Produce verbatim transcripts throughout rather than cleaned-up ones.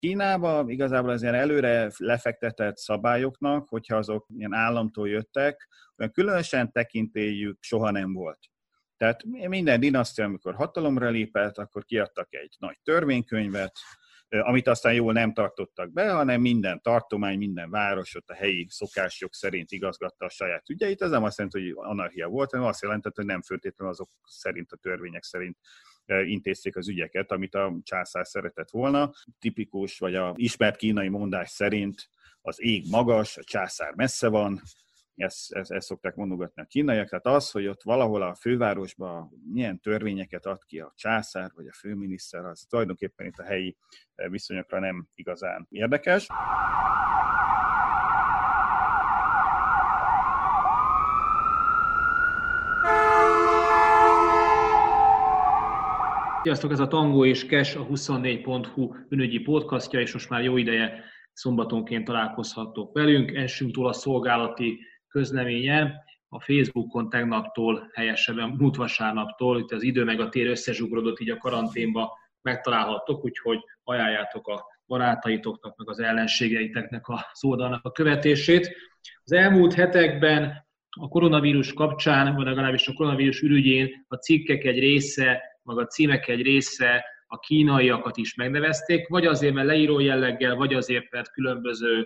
Kínában igazából az ilyen előre lefektetett szabályoknak, hogyha azok ilyen államtól jöttek, olyan különösen tekintélyük soha nem volt. Tehát minden dinasztia, amikor hatalomra lépett, akkor kiadtak egy nagy törvénykönyvet, amit aztán jól nem tartottak be, hanem minden tartomány, minden város ott a helyi szokásjog szerint igazgatta a saját ügyeit. Ez nem azt jelenti, hogy anarchia volt, hanem azt jelentett, hogy nem feltétlenül azok szerint, a törvények szerint intézték az ügyeket, amit a császár szeretett volna. Tipikus, vagy a ismert kínai mondás szerint az ég magas, a császár messze van. Ezt, ezt, ezt szokták mondogatni a kínaiak, tehát az, hogy ott valahol a fővárosban milyen törvényeket ad ki a császár vagy a főminiszter, az tulajdonképpen itt a helyi viszonyokra nem igazán érdekes. Sziasztok, ez a Tango és Cash, a huszonnégy pont hu bűnügyi podcastja, és most már jó ideje szombatonként találkozhattok velünk. Elsőmtől a szolgálati közleménye, a Facebookon tegnaptól, helyesebben múlt vasárnaptól, itt az idő meg a tér összezsugrodott, így a karanténba megtalálhattok, úgyhogy ajánljátok a barátaitoknak, meg az ellenségeiteknek az oldalnak a követését. Az elmúlt hetekben a koronavírus kapcsán, vagy legalábbis a koronavírus ürügyén a cikkek egy része, meg a címek egy része a kínaiakat is megnevezték, vagy azért, mert leíró jelleggel, vagy azért, mert különböző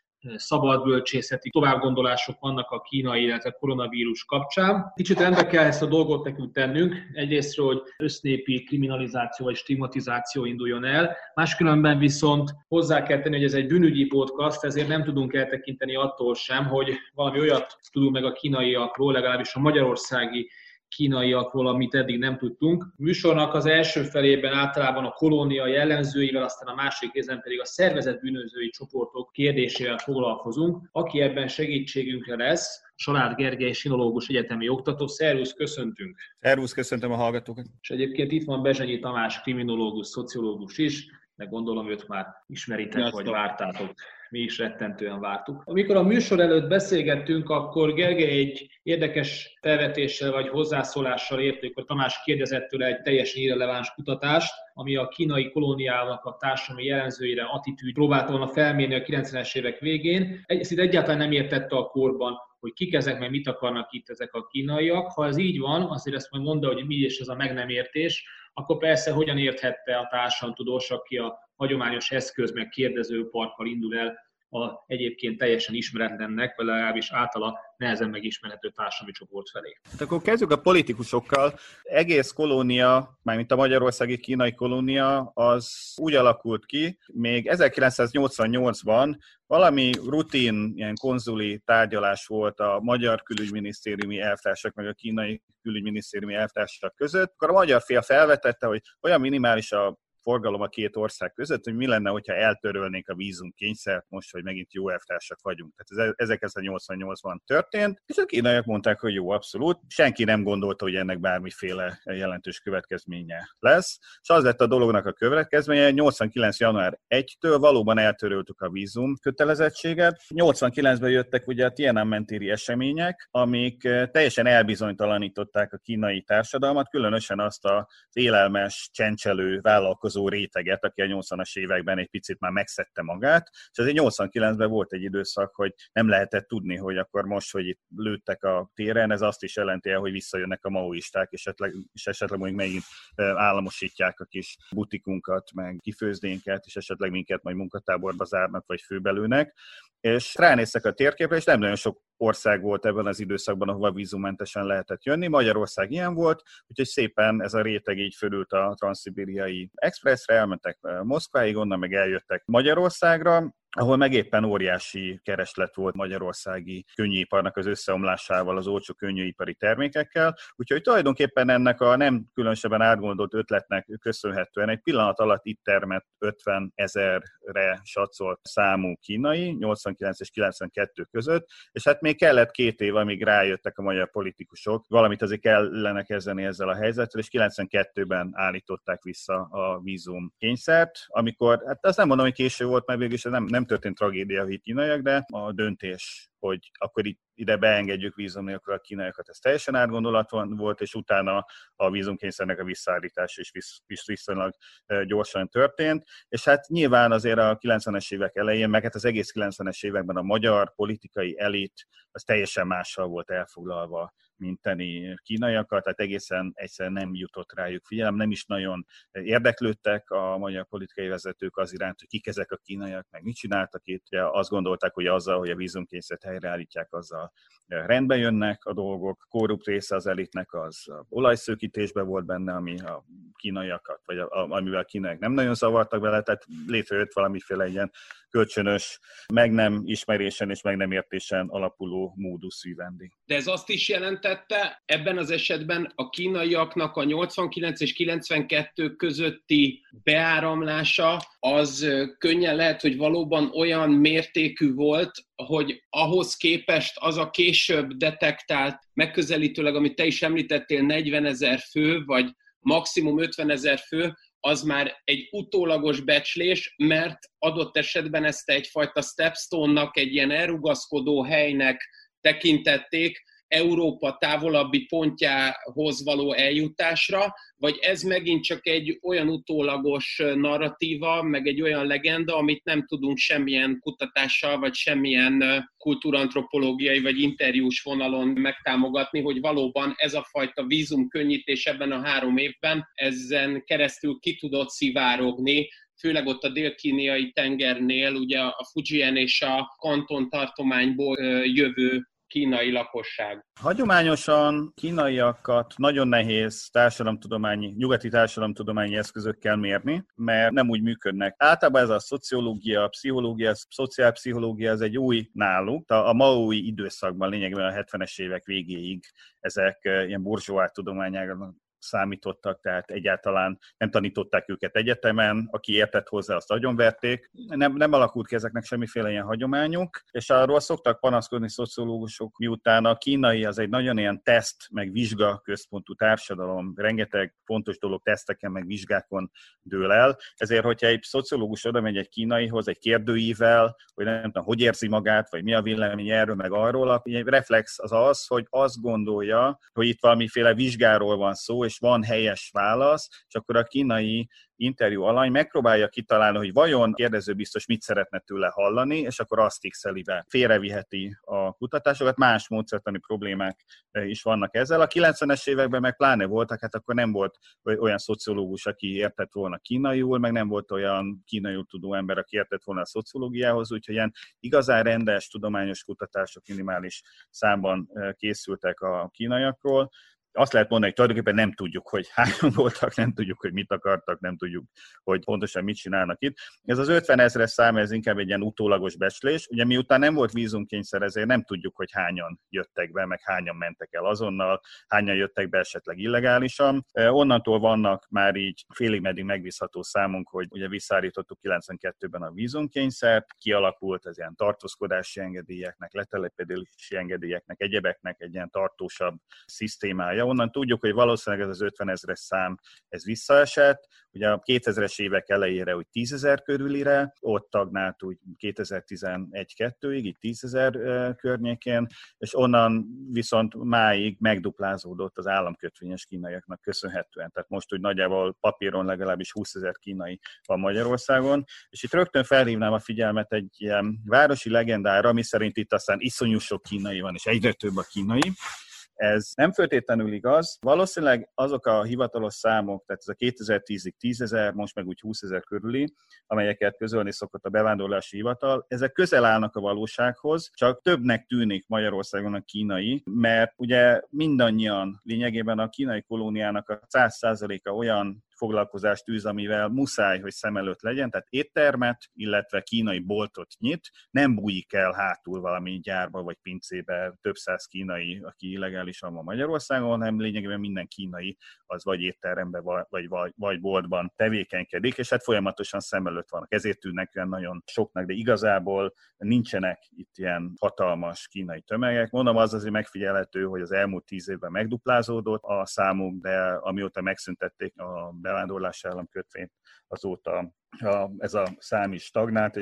szabad bölcsészeti továbbgondolások vannak a kínai, illetve koronavírus kapcsán. Kicsit rendbe kell ezt a dolgot nekünk tennünk. Egyrésztről, hogy össznépi kriminalizáció vagy stigmatizáció induljon el. Máskülönben viszont hozzá kell tenni, hogy ez egy bűnügyi podcast, ezért nem tudunk eltekinteni attól sem, hogy valami olyat tudunk meg a kínaiakról, legalábbis a magyarországi kínaiakról, amit eddig nem tudtunk. A műsornak az első felében általában a kolónia jellemzőivel, aztán a másik részben pedig a szervezett bűnözői csoportok kérdésével foglalkozunk. Aki ebben segítségünkre lesz, Salád Gergely, sinológus, egyetemi oktató. Szervusz, köszöntünk! Szervusz, köszöntöm a hallgatókat! És egyébként itt van Bezsenyi Tamás, kriminológus, szociológus is, de gondolom őt már ismeritek, Jasztok. Vagy vártátok. Mi is rettentően vártuk. Amikor a műsor előtt beszélgettünk, akkor Gergely egy érdekes felvetéssel vagy hozzászólással értük, hogy Tamás kérdezett tőle egy teljesen irreleváns kutatást, ami a kínai kolóniának a társadalmi jellemzőire, attitűd próbált volna felmérni a kilencvenes évek végén. Ezt egyáltalán nem értette a korban, hogy kik ezek, meg mit akarnak itt ezek a kínaiak. Ha ez így van, azért ezt majd mondta, hogy mi is ez a meg nem értés, akkor persze hogyan érthette a társadalomtudós, aki a hagyományos eszköz meg kérdezőparkkal indul el a egyébként teljesen ismeretlennek, vagy legalábbis általa nehezen megismerhető társadalmi csoport felé. Hát akkor kezdjük a politikusokkal. Egész kolónia, mármint a magyarországi kínai kolónia, az úgy alakult ki, még ezerkilencszáznyolcvannyolcban valami rutin, ilyen konzuli tárgyalás volt a magyar külügyminisztériumi elvtársak meg a kínai külügyminisztériumi elvtársak között. Akkor a magyar fél felvetette, hogy olyan minimális a forgalom a két ország között, hogy mi lenne, hogyha eltörölnék a vízumkényszert most, hogy megint jó elvtársak vagyunk. Tehát ez ezerkilencszáznyolcvannyolcban történt, és a kínaiak mondták, hogy jó, abszolút. Senki nem gondolta, hogy ennek bármiféle jelentős következménye lesz. És az lett a dolognak a következménye, nyolcvankilenc január elsejétől valóban eltöröltük a vízum kötelezettséget. nyolcvankilencben jöttek ugye a Tiananmen téri események, amik teljesen elbizonytalanították a kínai társadalmat, különösen azt az élelmes, csencselő vállalkozókat, réteget, aki a nyolcvanas években egy picit már megszedte magát, és azért nyolcvankilencben volt egy időszak, hogy nem lehetett tudni, hogy akkor most, hogy itt lőttek a téren, ez azt is jelenti el, hogy visszajönnek a maoisták, és esetleg, és esetleg mondjuk megint államosítják a kis butikunkat, meg kifőzdénket, és esetleg minket majd munkatáborba zárnak, vagy főbelőnek. És ránéztek a térképre, és nem nagyon sok ország volt ebben az időszakban, ahova vízummentesen lehetett jönni. Magyarország ilyen volt, úgyhogy szépen ez a réteg így fölült a transzszibériai expresszre, elmentek Moszkváig, onnan meg eljöttek Magyarországra, ahol meg éppen óriási kereslet volt magyarországi könnyűiparnak az összeomlásával, az olcsó könnyűipari termékekkel. Úgyhogy tulajdonképpen ennek a nem különösebben átgondolt ötletnek köszönhetően egy pillanat alatt itt termett ötven ezerre satszolt számú kínai, nyolcvankilenc és kilencvenkettő között, és hát még kellett két év, amíg rájöttek a magyar politikusok, valamit azért kellene kezdeni ezzel a helyzettel, és kilencvenkettőben állították vissza a vízum kényszert, amikor, hát azt nem mondom, hogy késő volt, mert végül is nem, nem nem történt tragédia, hogy kínaiak, de a döntés, hogy akkor itt ide beengedjük vízum nélkül a kínaiakat, ez teljesen átgondolatlan volt, és utána a vízumkényszernek a visszaállítása is viszonylag gyorsan történt. És hát nyilván azért a kilencvenes évek elején, meg hát az egész kilencvenes években a magyar politikai elit az teljesen mással volt elfoglalva, mint tenni kínaiakat, tehát egészen egyszerűen nem jutott rájuk figyelem, nem is nagyon érdeklődtek a magyar politikai vezetők az iránt, hogy kik ezek a kínaiak, meg mit csináltak itt. Azt gondolták, hogy azzal, hogy a vízumkényszert helyreállítják, azzal rendbe jönnek a dolgok. Korrupt része az elitnek az olajszőkítésben volt benne, ami a kínaiakat, vagy a, a, amivel a kínaiak nem nagyon zavartak vele, tehát létrejött valamiféle ilyen kölcsönös, meg nem ismerésen és meg nem értésen alapuló modus vivendi. De ez azt is jelentette, ebben az esetben a kínaiaknak a nyolcvankilenc és kilencvenkettő közötti beáramlása az könnyen lehet, hogy valóban olyan mértékű volt, hogy ahhoz képest az a később detektált, megközelítőleg, amit te is említettél, negyvenezer fő, vagy maximum ötvenezer fő, az már egy utólagos becslés, mert adott esetben ezt egyfajta stepstone-nak, egy ilyen elrugaszkodó helynek tekintették Európa távolabbi pontjához való eljutásra, vagy ez megint csak egy olyan utólagos narratíva, meg egy olyan legenda, amit nem tudunk semmilyen kutatással, vagy semmilyen kultúrantropológiai, vagy interjús vonalon megtámogatni, hogy valóban ez a fajta vízumkönnyítés ebben a három évben ezen keresztül ki tudott szivárogni, főleg ott a dél-kínai tengernél, ugye a Fujian és a Kanton tartományból jövő kínai lakosság. Hagyományosan kínaiakat nagyon nehéz társadalomtudományi, nyugati társadalomtudományi eszközökkel mérni, mert nem úgy működnek. Általában ez a szociológia, a pszichológia, a szociálpszichológia, ez egy új náluk. A maói időszakban, lényegében a hetvenes évek végéig ezek ilyen burzsóá tudományágnak számítottak, tehát egyáltalán nem tanították őket egyetemen, aki értett hozzá, azt agyonverték. Nem, nem alakult ki ezeknek semmiféle ilyen hagyományuk, és arról szoktak panaszkodni szociológusok, miután a kínai az egy nagyon ilyen teszt, meg vizsga központú társadalom, rengeteg fontos dolog teszteken, meg vizsgákon dől el, ezért, hogyha egy szociológus oda megy egy kínaihoz egy kérdőível, hogy nem tudom, hogy érzi magát, vagy mi a vélemény erről, meg arról, egy reflex az az, hogy azt gondolja, hogy itt valamiféle vizsgáról van szó, és van helyes válasz, és akkor a kínai interjú alany megpróbálja kitalálni, hogy vajon kérdező biztos mit szeretne tőle hallani, és akkor azt tixeli be. Félreviheti a kutatásokat, más módszertani problémák is vannak ezzel. A kilencvenes években meg pláne voltak, hát akkor nem volt olyan szociológus, aki értett volna kínaiul, meg nem volt olyan kínaiul tudó ember, aki értett volna a szociológiához, úgyhogy ilyen igazán rendes tudományos kutatások minimális számban készültek a kínaiakról. Azt lehet mondani, hogy tulajdonképpen nem tudjuk, hogy hányan voltak, nem tudjuk, hogy mit akartak, nem tudjuk, hogy pontosan mit csinálnak itt. Ez az ötvenezres szám, ez inkább egy ilyen utólagos becslés. Ugye miután nem volt vízumkényszer, ezért nem tudjuk, hogy hányan jöttek be, meg hányan mentek el azonnal, hányan jöttek be esetleg illegálisan. Onnantól vannak már így félig meddig megbízható számunk, hogy ugye visszaállítottuk kilencvenkettőben a vízumkényszert, kialakult az ilyen tartózkodási engedélyeknek, letelepedési engedélyeknek, egyebeknek egy ilyen tartósabb szisztémája. Onnan tudjuk, hogy valószínűleg ez az ötvenezres szám ez visszaesett. Ugye a kétezres évek elejére úgy tízezer körülire, ott tagnált úgy kétezer-tizenegy-kettőig, így tízezer környékén, és onnan viszont máig megduplázódott az államkötvényes kínaiaknak köszönhetően. Tehát most úgy nagyjából papíron legalábbis húszezer kínai van Magyarországon, és itt rögtön felhívnám a figyelmet egy ilyen városi legendára, ami szerint itt aztán iszonyú sok kínai van, és egyre több a kínai. Ez nem feltétlenül igaz. Valószínűleg azok a hivatalos számok, tehát ez a kétezer-tízig tízezer, most meg úgy húszezer körüli, amelyeket közölni szokott a bevándorlási hivatal, ezek közel állnak a valósághoz, csak többnek tűnik Magyarországon a kínai, mert ugye mindannyian lényegében a kínai kolóniának a száz százaléka olyan foglalkozást űz, amivel muszáj, hogy szem előtt legyen, tehát éttermet, illetve kínai boltot nyit, nem bújik el hátul valami gyárba vagy pincébe több száz kínai, aki illegálisan van Magyarországon, hanem lényegében minden kínai az vagy étteremben, vagy, vagy, vagy boltban tevékenykedik, és hát folyamatosan szem előtt vannak. Ezért tűnnek olyan nagyon soknak, de igazából nincsenek itt ilyen hatalmas kínai tömegek. Mondom, az azért megfigyelhető, hogy az elmúlt tíz évben megduplázódott a számuk, de amióta megszüntették a bevándorlási államkötvényt, azóta a, ez a szám is stagnált, és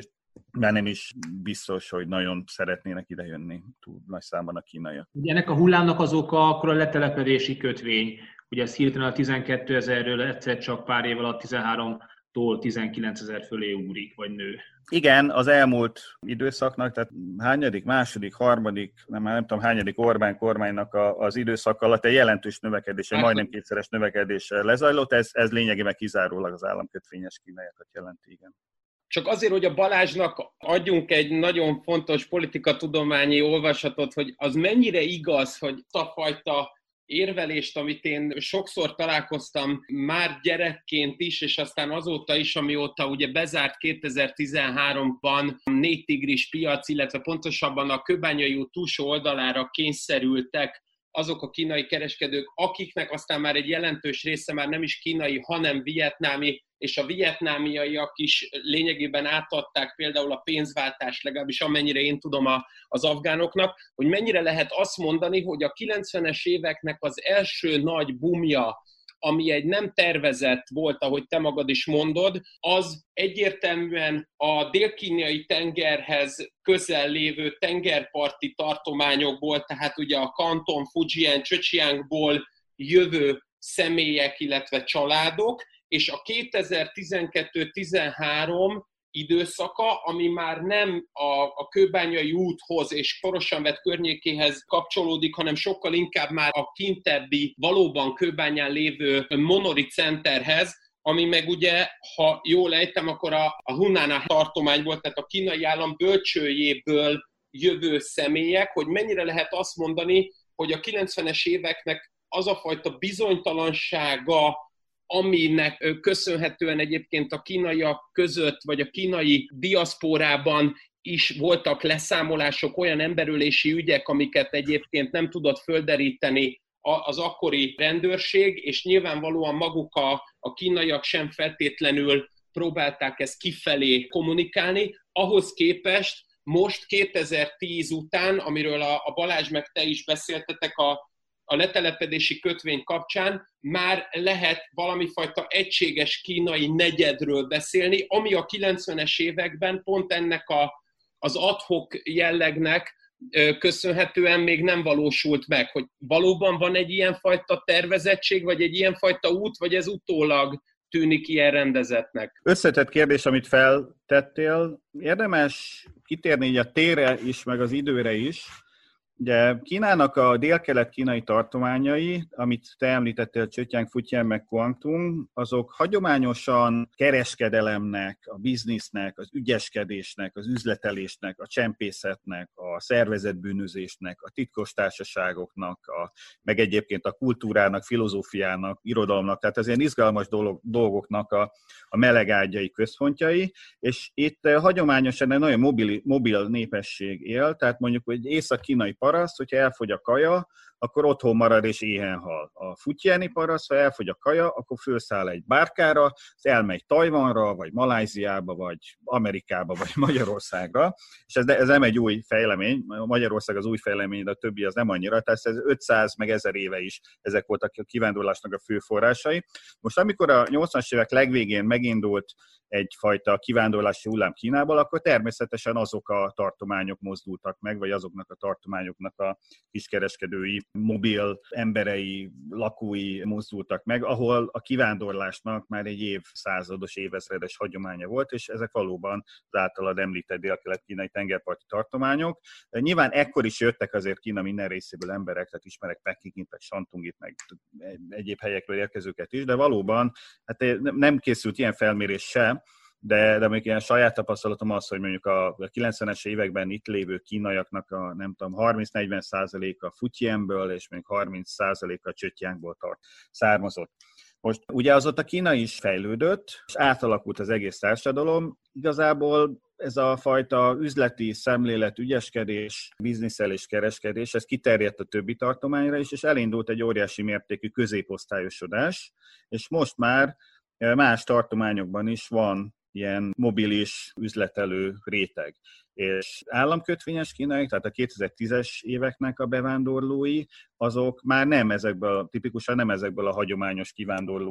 már nem is biztos, hogy nagyon szeretnének idejönni túl nagy számban a kínaiak. Ugye ennek a hullámnak az oka akkor a letelepedési kötvény. Ugye ez hirtelen a tizenkétezerről egyszer csak pár év alatt tizenháromtól tizenkilencezer fölé ugrik, vagy nő. Igen, az elmúlt időszaknak, tehát hányadik, második, harmadik, nem, nem tudom, hányadik Orbán kormánynak a, az időszak alatt egy jelentős növekedés, egy majdnem kétszeres növekedés lezajlott, ez, ez lényegében kizárólag az államkötvényes kínaiakat jelenti, igen. Csak azért, hogy a Balázsnak adjunk egy nagyon fontos politikatudományi olvasatot, hogy az mennyire igaz, hogy a fajta érvelést, amit én sokszor találkoztam már gyerekként is, és aztán azóta is, amióta ugye bezárt kétezer-tizenháromban négy tigris piac, illetve pontosabban a Kőbányai út túlsó oldalára kényszerültek azok a kínai kereskedők, akiknek aztán már egy jelentős része már nem is kínai, hanem vietnámi, és a vietnámiaiak is lényegében átadták például a pénzváltást, legalábbis amennyire én tudom az afgánoknak, hogy mennyire lehet azt mondani, hogy a kilencvenes éveknek az első nagy bumja, ami egy nem tervezett volt, ahogy te magad is mondod, az egyértelműen a dél-kínai tengerhez közel lévő tengerparti tartományokból, tehát ugye a Kanton, Fujian, Zhejiangból jövő személyek, illetve családok, és a kétezer-tizenkettő-tizenhárom időszaka, ami már nem a, a Kőbányai úthoz és Porosánvet környékéhez kapcsolódik, hanem sokkal inkább már a kintebbi, valóban Kőbányán lévő Monori Centerhez, ami meg ugye, ha jól ejtem, akkor a, a Hunan tartományból, tehát a kínai állam bölcsőjéből jövő személyek, hogy mennyire lehet azt mondani, hogy a kilencvenes éveknek az a fajta bizonytalansága, aminek köszönhetően egyébként a kínaiak között, vagy a kínai diaszpórában is voltak leszámolások, olyan emberölési ügyek, amiket egyébként nem tudott földeríteni az akkori rendőrség, és nyilvánvalóan maguk a, a kínaiak sem feltétlenül próbálták ezt kifelé kommunikálni. Ahhoz képest most kétezer-tíz után, amiről a, a Balázs meg te is beszéltetek a a letelepedési kötvény kapcsán, már lehet valamifajta egységes kínai negyedről beszélni, ami a kilencvenes években pont ennek a, az ad-hoc jellegnek köszönhetően még nem valósult meg, hogy valóban van egy ilyenfajta tervezettség, vagy egy ilyenfajta út, vagy ez utólag tűnik ilyen rendezetnek. Összetett kérdés, amit feltettél. Érdemes kitérni így a térre is, meg az időre is. Ugye Kínának a dél-kelet-kínai tartományai, amit te említettél, Zhejiang, Fujian, meg Guangdong, azok hagyományosan kereskedelemnek, a biznisznek, az ügyeskedésnek, az üzletelésnek, a csempészetnek, a szervezetbűnözésnek, a titkos társaságoknak, a, meg egyébként a kultúrának, filozófiának, irodalomnak, tehát az ilyen izgalmas dolog, dolgoknak a, a melegágyai központjai, és itt hagyományosan egy nagyon mobil, mobil népesség él, tehát mondjuk egy észak-kínai paraszt, hogyha elfogy a kaja, akkor otthon marad és éhen hal. A fujiani paraszt, ha elfogy a kaja, akkor fölszáll egy bárkára, elmegy Tajvanra, vagy Malajziába, vagy Amerikába, vagy Magyarországra, és ez, ez nem egy új fejlemény, Magyarország az új fejlemény, de a többi az nem annyira, tehát ez ötszáz meg ezer éve is ezek voltak a kivándorlásnak a fő forrásai. Most amikor a nyolcvanas évek legvégén megindult egyfajta kivándorlási hullám Kínából, akkor természetesen azok a tartományok mozdultak meg, vagy azoknak a tartományoknak a kiskereskedői, mobil emberei, lakói mozdultak meg, ahol a kivándorlásnak már egy évszázados, évezredes hagyománya volt, és ezek valóban az általad említett dél-kelet-kínai tengerparti tartományok. Nyilván ekkor is jöttek azért Kína minden részéből emberek, tehát ismerek Pekingit, meg Santungit, meg egyéb helyekről érkezőket is, de valóban hát nem készült ilyen felmérés sem, de, de még ilyen saját tapasztalatom az, hogy mondjuk a kilencvenes években itt lévő kínaiaknak a nem tudom, harminc-negyven százaléka Fujianből, és még harminc százaléka Zhejiangból tart, származott. Most ugye azóta Kína is fejlődött, és átalakult az egész társadalom. Igazából ez a fajta üzleti szemlélet, ügyeskedés, bizniszelés, kereskedés, ez kiterjedt a többi tartományra is, és elindult egy óriási mértékű középosztályosodás, és most már más tartományokban is van ilyen mobilis üzletelő réteg. És államkötvényes kínaiak, tehát a kétezer-tízes éveknek a bevándorlói, azok már nem ezekből, tipikusan nem ezekből a hagyományos kivándorló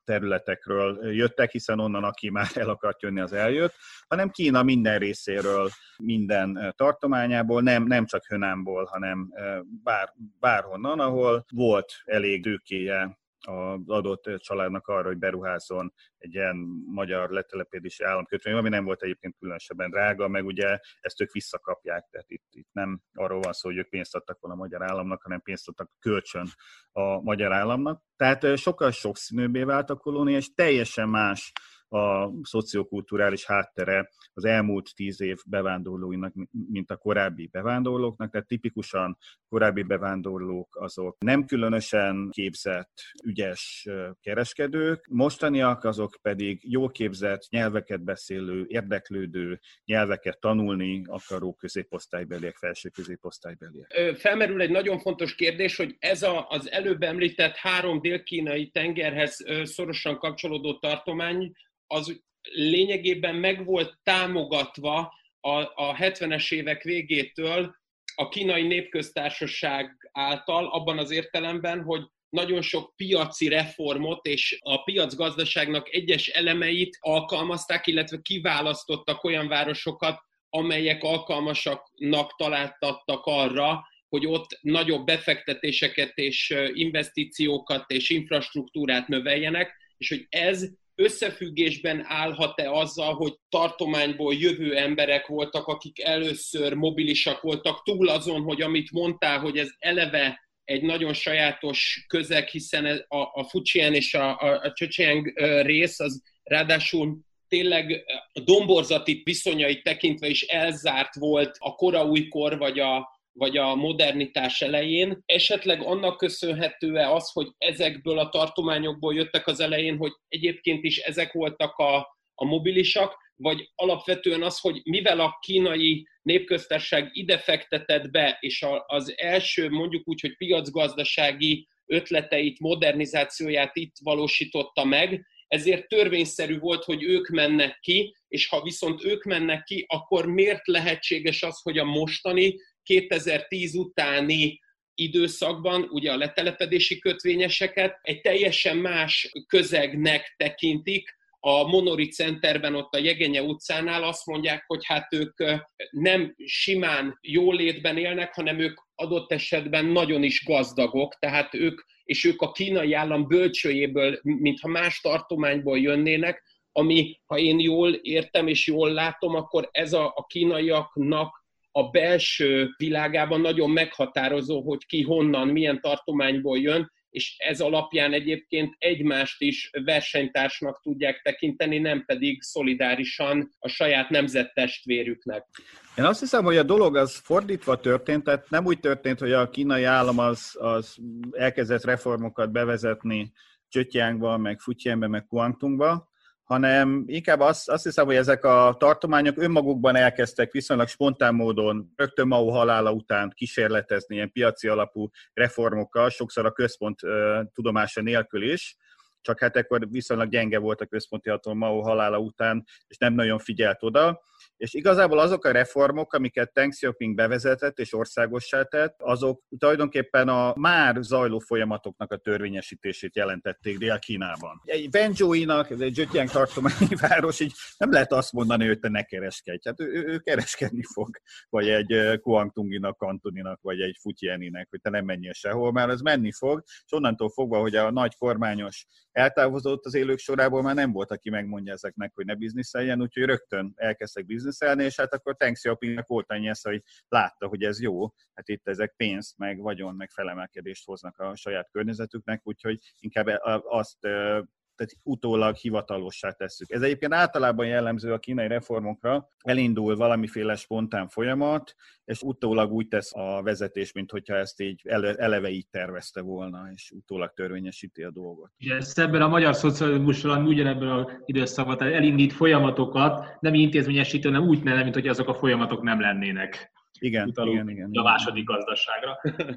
területekről jöttek, hiszen onnan, aki már el akart jönni, az eljött, hanem Kína minden részéről, minden tartományából, nem, nem csak Hönánból, hanem bár, bárhonnan, ahol volt elég tőkéje az adott családnak arra, hogy beruházzon egy ilyen magyar letelepedési államkötvénybe, ami nem volt egyébként különösebben drága, meg ugye ezt ők visszakapják, tehát itt, itt nem arról van szó, hogy ők pénzt adtak volna a magyar államnak, hanem pénzt adtak kölcsön a magyar államnak. Tehát sokkal sokszínűbbé vált a kolónia, és teljesen más a szociokulturális háttere az elmúlt tíz év bevándorlóinak, mint a korábbi bevándorlóknak, tehát tipikusan korábbi bevándorlók azok nem különösen képzett, ügyes kereskedők, mostaniak azok pedig jól képzett, nyelveket beszélő, érdeklődő, nyelveket tanulni akaró középosztálybeliek, felső középosztálybeliek. Felmerül egy nagyon fontos kérdés, hogy ez a, az előbb említett három dél-kínai tengerhez szorosan kapcsolódó tartomány, az lényegében meg volt támogatva a, a hetvenes évek végétől a Kínai Népköztársaság által, abban az értelemben, hogy nagyon sok piaci reformot és a piacgazdaságnak egyes elemeit alkalmazták, illetve kiválasztottak olyan városokat, amelyek alkalmasaknak találtattak arra, hogy ott nagyobb befektetéseket és investíciókat és infrastruktúrát növeljenek, és hogy ez összefüggésben állhat-e azzal, hogy tartományból jövő emberek voltak, akik először mobilisak voltak, túl azon, hogy amit mondtál, hogy ez eleve egy nagyon sajátos közeg, hiszen a, a Fujian és a, a, a Zhejiang rész az ráadásul tényleg a domborzati viszonyait tekintve is elzárt volt a koraújkor vagy a vagy a modernitás elején. Esetleg annak köszönhető-e az, hogy ezekből a tartományokból jöttek az elején, hogy egyébként is ezek voltak a, a mobilisak, vagy alapvetően az, hogy mivel a Kínai Népköztársaság ide fektetett be, és a, az első mondjuk úgy, hogy piacgazdasági ötleteit, modernizációját itt valósította meg, ezért törvényszerű volt, hogy ők mennek ki, és ha viszont ők mennek ki, akkor miért lehetséges az, hogy a mostani kétezer-tíz utáni időszakban ugye a letelepedési kötvényeseket egy teljesen más közegnek tekintik. A Monori Centerben, ott a Jegenye utcánál azt mondják, hogy hát ők nem simán jólétben élnek, hanem ők adott esetben nagyon is gazdagok, tehát ők, és ők a kínai állam bölcsőjéből, mintha más tartományból jönnének, ami, ha én jól értem és jól látom, akkor ez a, a kínaiaknak a belső világában nagyon meghatározó, hogy ki honnan, milyen tartományból jön, és ez alapján egyébként egymást is versenytársnak tudják tekinteni, nem pedig szolidárisan a saját nemzettestvérüknek. Én azt hiszem, hogy a dolog az fordítva történt, tehát nem úgy történt, hogy a kínai állam az, az elkezdett reformokat bevezetni Zhejiangba, meg Fujianbe, meg Guangdongba, hanem inkább azt, azt hiszem, hogy ezek a tartományok önmagukban elkezdtek viszonylag spontán módon, rögtön Mao halála után kísérletezni ilyen piaci alapú reformokkal, sokszor a központ uh, tudomása nélkül is, csak hát ekkor viszonylag gyenge volt a központi hatalom Mao halála után, és nem nagyon figyelt oda. És igazából azok a reformok, amiket Deng Xiaoping bevezetett és országossá tett, azok tulajdonképpen a már zajló folyamatoknak a törvényesítését jelentették Dél-Kínában. Egy Wenzhouinak, ez egy Zhejiang tartományi város, így nem lehet azt mondani, hogy te ne kereskedj. Hát ő, ő kereskedni fog, vagy egy Guangdonginak, Kantoninak, vagy egy Fujianinek, hogy te nem menjél sehol, már ez menni fog, és onnantól fogva, hogy a nagy kormányos eltávozott az élők sorából, már nem volt, aki megmondja ezeknek, hogy ne bizniszeljen, úgyhogy rögtön elkezdtek bizniszelni, és hát akkor Deng Xiaopingnek volt annyi esze, hogy látta, hogy ez jó, hát itt ezek pénzt, meg vagyon, meg felemelkedést hoznak a saját környezetüknek, úgyhogy inkább azt tehát utólag hivatalossá tesszük. Ez egyébként általában jellemző a kínai reformokra, elindul valamiféle spontán folyamat, és utólag úgy tesz a vezetés, mint hogyha ezt így eleve így tervezte volna, és utólag törvényesíti a dolgot. És ezt ebben a magyar szocializmussal ugyanebben az időszakban, tehát elindít folyamatokat, nem intézményesítő, hanem úgy nem, mint hogy azok a folyamatok nem lennének. Igen, igen, igen. A második gazdaságra.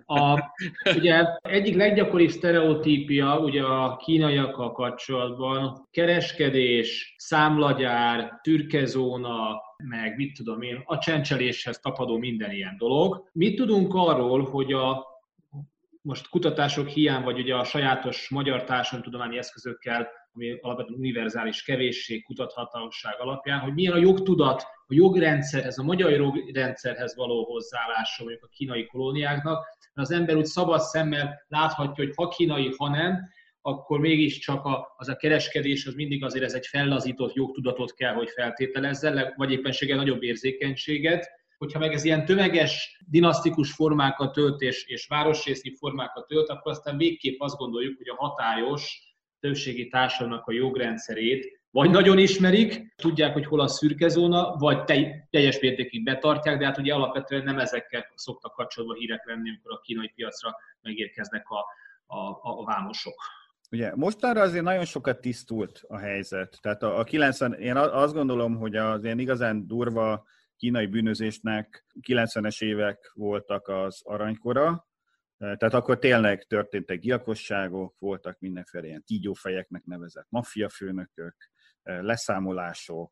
A, ugye egyik leggyakoribb sztereotípia ugye a kínaiakkal kapcsolatban kereskedés, számlagyár, szürkezóna, meg mit tudom én, a csencseléshez tapadó minden ilyen dolog. Mit tudunk arról, hogy a most kutatások hiány, vagy ugye a sajátos magyar társadalomtudományi eszközökkel ami alapvetően univerzális kevésség, kutathatóság alapján, hogy milyen a jogtudat, a jogrendszerhez, a magyar jogrendszerhez való hozzáállása mondjuk a kínai kolóniáknak, mert az ember úgy szabad szemmel láthatja, hogy ha kínai, ha nem, akkor mégiscsak a, az a kereskedés, az mindig azért ez egy fellazított jogtudatot kell, hogy feltételezzen, vagy éppenséggel nagyobb érzékenységet. Hogyha meg ez ilyen tömeges, dinasztikus formákat tölt és, és városrészi formákat tölt, akkor aztán végképp azt gondoljuk, hogy a hatályos többségi társadalomnak a jogrendszerét vagy nagyon ismerik, tudják, hogy hol a szürke zóna, vagy teljes mértékig betartják, de hát ugye alapvetően nem ezekkel szoktak kapcsolatban hírek lenni, amikor a kínai piacra megérkeznek a, a, a vámosok. Ugye mostanra azért nagyon sokat tisztult a helyzet. Tehát a, a kilencven, én azt gondolom, hogy az ilyen igazán durva kínai bűnözésnek kilencvenes évek voltak az aranykora, tehát akkor tényleg történtek gyilkosságok, voltak mindenféle ilyen kígyófejeknek nevezett maffiafőnökök, leszámolások,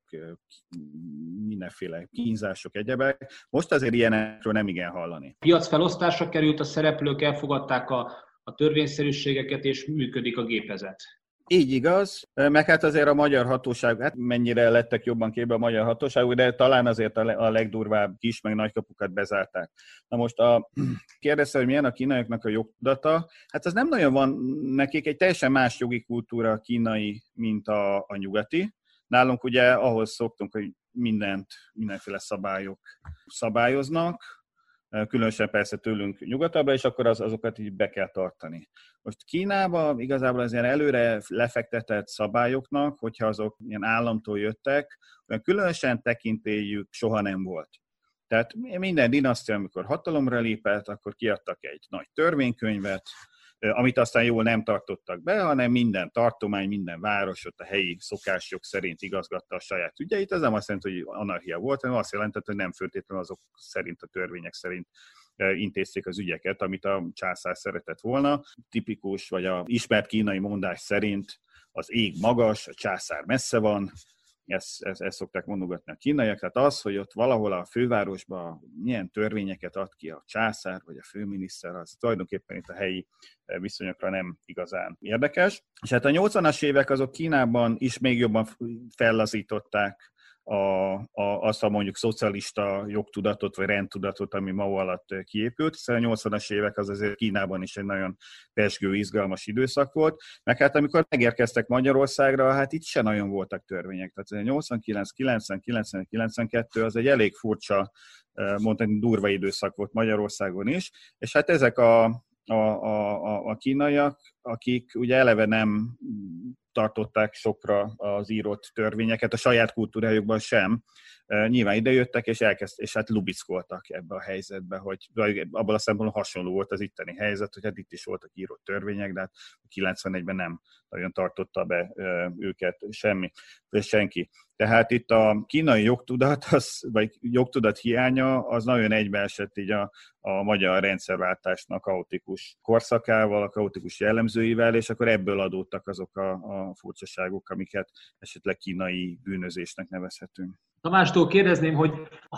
mindenféle kínzások, egyebek. Most azért ilyenekről nem igen hallani. Piacfelosztásra került, a szereplők elfogadták a, a törvényszerűségeket, és működik a gépezet. Így igaz, meg hát azért a magyar hatóság, hát mennyire lettek jobban képbe a magyar hatóságok, de talán azért a legdurvább kis, meg nagykapukat bezárták. Na most a kérdezte, hogy milyen a kínaiaknak a jogtudata, hát az nem nagyon van nekik, egy teljesen más jogi kultúra a kínai, mint a, a nyugati. Nálunk ugye ahhoz szoktunk, hogy mindent, mindenféle szabályok szabályoznak, különösen persze tőlünk nyugatabbra, és akkor az, azokat így be kell tartani. Most Kínában igazából az ilyen előre lefektetett szabályoknak, hogyha azok ilyen államtól jöttek, olyan különösen tekintélyük soha nem volt. Tehát minden dinasztia, amikor hatalomra lépett, akkor kiadtak egy nagy törvénykönyvet, amit aztán jól nem tartottak be, hanem minden tartomány, minden város ott a helyi szokásjog szerint igazgatta a saját ügyeit. Ez nem azt jelenti, hogy anarchia volt, hanem azt jelentett, hogy nem feltétlenül azok szerint, a törvények szerint intézték az ügyeket, amit a császár szeretett volna. Tipikus, vagy a ismert kínai mondás szerint az ég magas, a császár messze van, ezt, ezt, ezt szokták mondogatni a kínaiak, tehát az, hogy ott valahol a fővárosban milyen törvényeket ad ki a császár vagy a főminiszter, az tulajdonképpen itt a helyi viszonyokra nem igazán érdekes. És hát a nyolcvanas évek azok Kínában is még jobban fellazították A, a, azt a mondjuk szocialista jogtudatot, vagy rendtudatot, ami ma alatt kiépült, hiszen a nyolcvanas évek az azért Kínában is egy nagyon pezsgő, izgalmas időszak volt, meg hát amikor megérkeztek Magyarországra, hát itt se nagyon voltak törvények. Tehát nyolcvankilenc, kilencven, kilencven, kilencvenkettő az egy elég furcsa, mondani durva időszak volt Magyarországon is, és hát ezek a, a, a, a kínaiak, akik ugye eleve nem tartották sokra az írott törvényeket, a saját kultúrájukban sem. Nyilván idejöttek, és elkezd, és hát lubickoltak ebbe a helyzetbe, hogy abban a szempontból hasonló volt az itteni helyzet, hogy hát itt is voltak írott törvények, de hát kilencvenegyben nem nagyon tartotta be őket semmi, vagy senki. Tehát itt a kínai jogtudat, az, vagy jogtudat hiánya, az nagyon egybeesett így a, a magyar rendszerváltásnak kaotikus korszakával, a kaotikus jellemzőivel, és akkor ebből adódtak azok a, a furcsaságok, amiket esetleg kínai bűnözésnek nevezhetünk. Tamástól kérdezném, hogy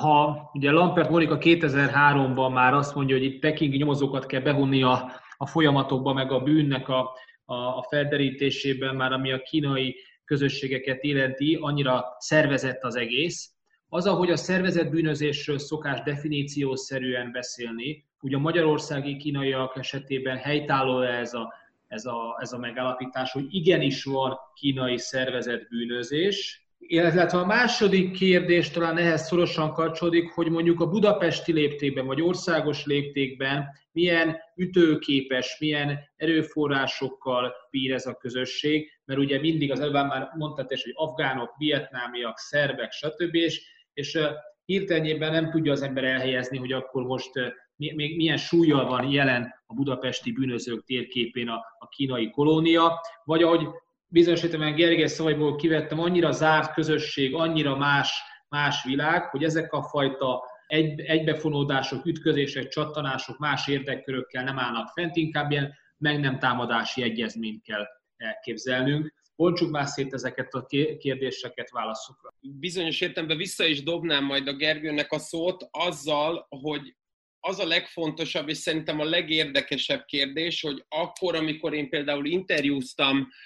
ha ugye Lampert Monika kétezer-háromban már azt mondja, hogy itt pekingi nyomozókat kell bevonni a, a folyamatokba, meg a bűnnek a, a, a felderítésében, már ami a kínai közösségeket illeti, annyira szervezett az egész. Az, ahogy a szervezett bűnözésről szokás definíciószerűen beszélni, ugye a magyarországi kínaiak esetében helytálló ez a, ez, a, ez a megállapítás, hogy igenis van kínai szervezett bűnözés. Illetve a második kérdés talán ehhez szorosan kapcsolódik, hogy mondjuk a budapesti léptékben, vagy országos léptékben milyen ütőképes, milyen erőforrásokkal bír ez a közösség, mert ugye mindig az előbb már mondtad, hogy afgánok, vietnámiak, szerbek, stb. És, és hirtelenjében nem tudja az ember elhelyezni, hogy akkor most még milyen súllyal van jelen a budapesti bűnözők térképén a, a kínai kolónia, vagy ahogy bizonyos értelemben Gergely szavaiból kivettem, annyira zárt közösség, annyira más, más világ, hogy ezek a fajta egy, egybefonódások, ütközések, csattanások más érdekkörökkel nem állnak fent, inkább ilyen meg nem támadási egyezményt kell elképzelnünk. Bontsuk már szét ezeket a kérdéseket válaszokra. Bizonyos értelemben vissza is dobnám majd a Gergőnek a szót azzal, hogy az a legfontosabb, és szerintem a legérdekesebb kérdés, hogy akkor, amikor én például interjúztam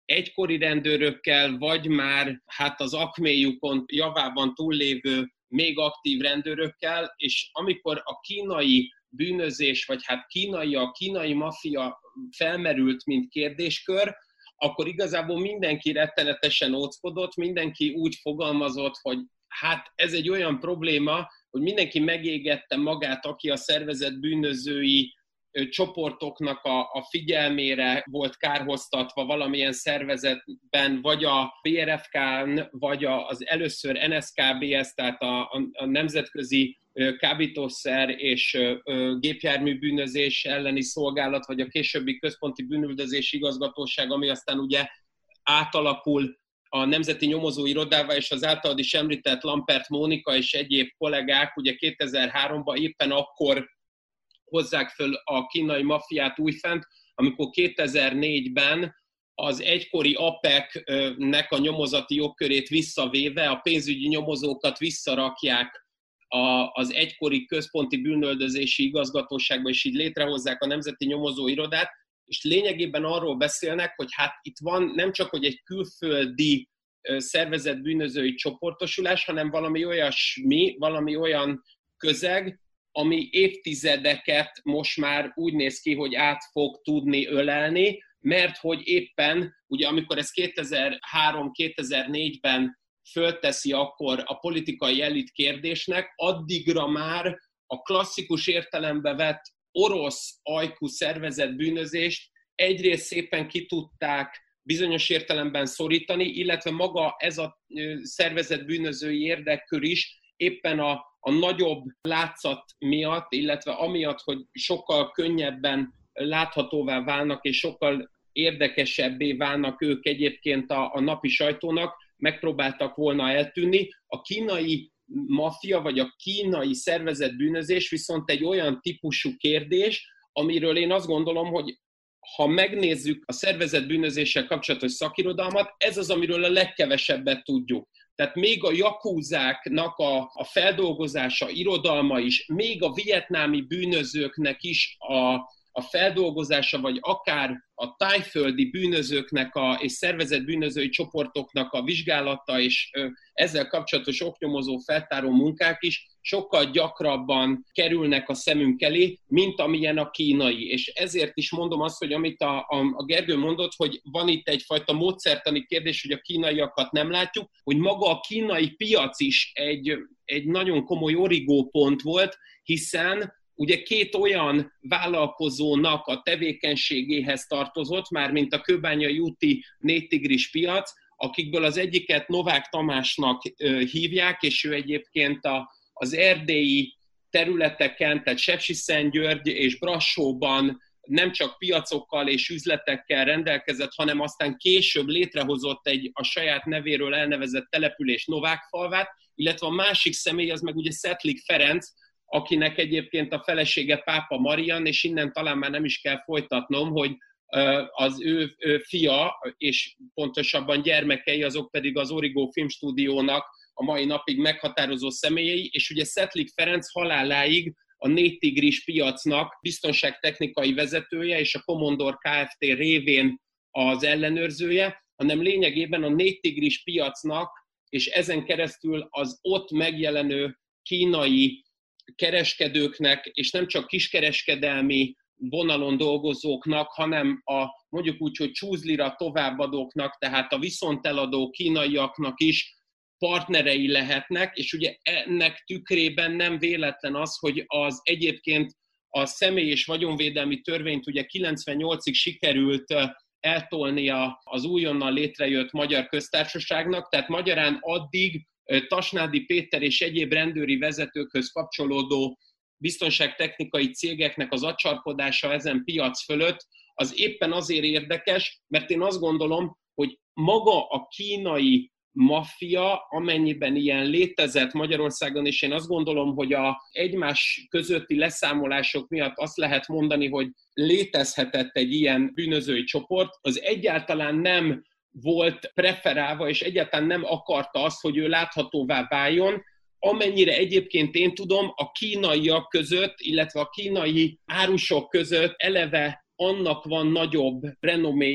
egykori rendőrökkel, vagy már hát az akméjukon javában túllévő még aktív rendőrökkel, és amikor a kínai bűnözés, vagy hát kínai, a kínai maffia felmerült, mint kérdéskör, akkor igazából mindenki rettenetesen óckodott, mindenki úgy fogalmazott, hogy hát ez egy olyan probléma, hogy mindenki megégette magát, aki a szervezett bűnözői csoportoknak a, a figyelmére volt kárhoztatva valamilyen szervezetben, vagy a bé er ef ká-n, vagy az először en es ká bé es, tehát a, a, a Nemzetközi Kábítószer és Gépjárműbűnözés elleni szolgálat, vagy a későbbi Központi Bűnüldözési Igazgatóság, ami aztán ugye átalakul a Nemzeti Nyomozóirodává, és az általad is említett Lampert Mónika és egyéb kollégák ugye kétezer-háromban éppen akkor hozzák föl a kínai maffiát újfent, amikor kétezer-négyben az egykori á pé e cé-nek a nyomozati jogkörét visszavéve a pénzügyi nyomozókat visszarakják az egykori Központi Bűnüldözési Igazgatóságba, és így létrehozzák a Nemzeti Nyomozóirodát, és lényegében arról beszélnek, hogy hát itt van nem csak hogy egy külföldi szervezett bűnözői csoportosulás, hanem valami olyasmi, valami olyan közeg, ami évtizedeket most már úgy néz ki, hogy át fog tudni ölelni, mert hogy éppen, ugye amikor ez kétezer-három-kétezer-négyben fölteszi akkor a politikai elit kérdésnek, addigra már a klasszikus értelembe vett orosz ajkú szervezett bűnözést egyrészt szépen ki tudták bizonyos értelemben szorítani, illetve maga ez a szervezett bűnözői érdekkör is éppen a, a nagyobb látszat miatt, illetve amiatt, hogy sokkal könnyebben láthatóvá válnak, és sokkal érdekesebbé válnak ők egyébként a, a napi sajtónak, megpróbáltak volna eltűnni. A kínai maffia, vagy a kínai szervezett bűnözés viszont egy olyan típusú kérdés, amiről én azt gondolom, hogy ha megnézzük a szervezett bűnözéssel kapcsolatos szakirodalmat, ez az, amiről a legkevesebbet tudjuk. Tehát még a jakúzáknak a, a feldolgozása, irodalma is, még a vietnámi bűnözőknek is a, a feldolgozása, vagy akár a tájföldi bűnözőknek a, és szervezett bűnözői csoportoknak a vizsgálata, és ö, ezzel kapcsolatos oknyomozó feltáró munkák is sokkal gyakrabban kerülnek a szemünk elé, mint amilyen a kínai. És ezért is mondom azt, hogy amit a, a, a Gergő mondott, hogy van itt egyfajta módszertani kérdés, hogy a kínaiakat nem látjuk, hogy maga a kínai piac is egy, egy nagyon komoly origópont volt, hiszen ugye két olyan vállalkozónak a tevékenységéhez tartozott, már mint a kőbányai úti Négy Tigris piac, akikből az egyiket Novák Tamásnak hívják, és ő egyébként a, az erdélyi területeken, tehát Sepsiszentgyörgy és Brassóban nem csak piacokkal és üzletekkel rendelkezett, hanem aztán később létrehozott egy a saját nevéről elnevezett település Novákfalvát, illetve a másik személy az meg ugye Szetlik Ferenc, akinek egyébként a felesége Pápa Marian, és innen talán már nem is kell folytatnom, hogy az ő fia, és pontosabban gyermekei, azok pedig az Origo Filmstúdiónak a mai napig meghatározó személyei, és ugye Szetlik Ferenc haláláig a Négy Tigris piacnak biztonságtechnikai vezetője, és a Commodore Kft. Révén az ellenőrzője, hanem lényegében a Négy Tigris piacnak, és ezen keresztül az ott megjelenő kínai kereskedőknek, és nem csak kiskereskedelmi vonalon dolgozóknak, hanem a mondjuk úgy, hogy csúzlira továbbadóknak, tehát a viszonteladó kínaiaknak is partnerei lehetnek, és ugye ennek tükrében nem véletlen az, hogy az egyébként a személy- és vagyonvédelmi törvényt ugye kilencvennyolcig sikerült eltolnia az újonnan létrejött Magyar Köztársaságnak, tehát magyarán addig Tasnádi Péter és egyéb rendőri vezetőkhöz kapcsolódó biztonságtechnikai cégeknek az acsarkodása ezen piac fölött, az éppen azért érdekes, mert én azt gondolom, hogy maga a kínai maffia, amennyiben ilyen létezett Magyarországon, és én azt gondolom, hogy a egymás közötti leszámolások miatt azt lehet mondani, hogy létezhetett egy ilyen bűnözői csoport, az egyáltalán nem volt preferálva, és egyáltalán nem akarta azt, hogy ő láthatóvá váljon, amennyire egyébként én tudom, a kínaiak között, illetve a kínai árusok között eleve annak van nagyobb renoméja,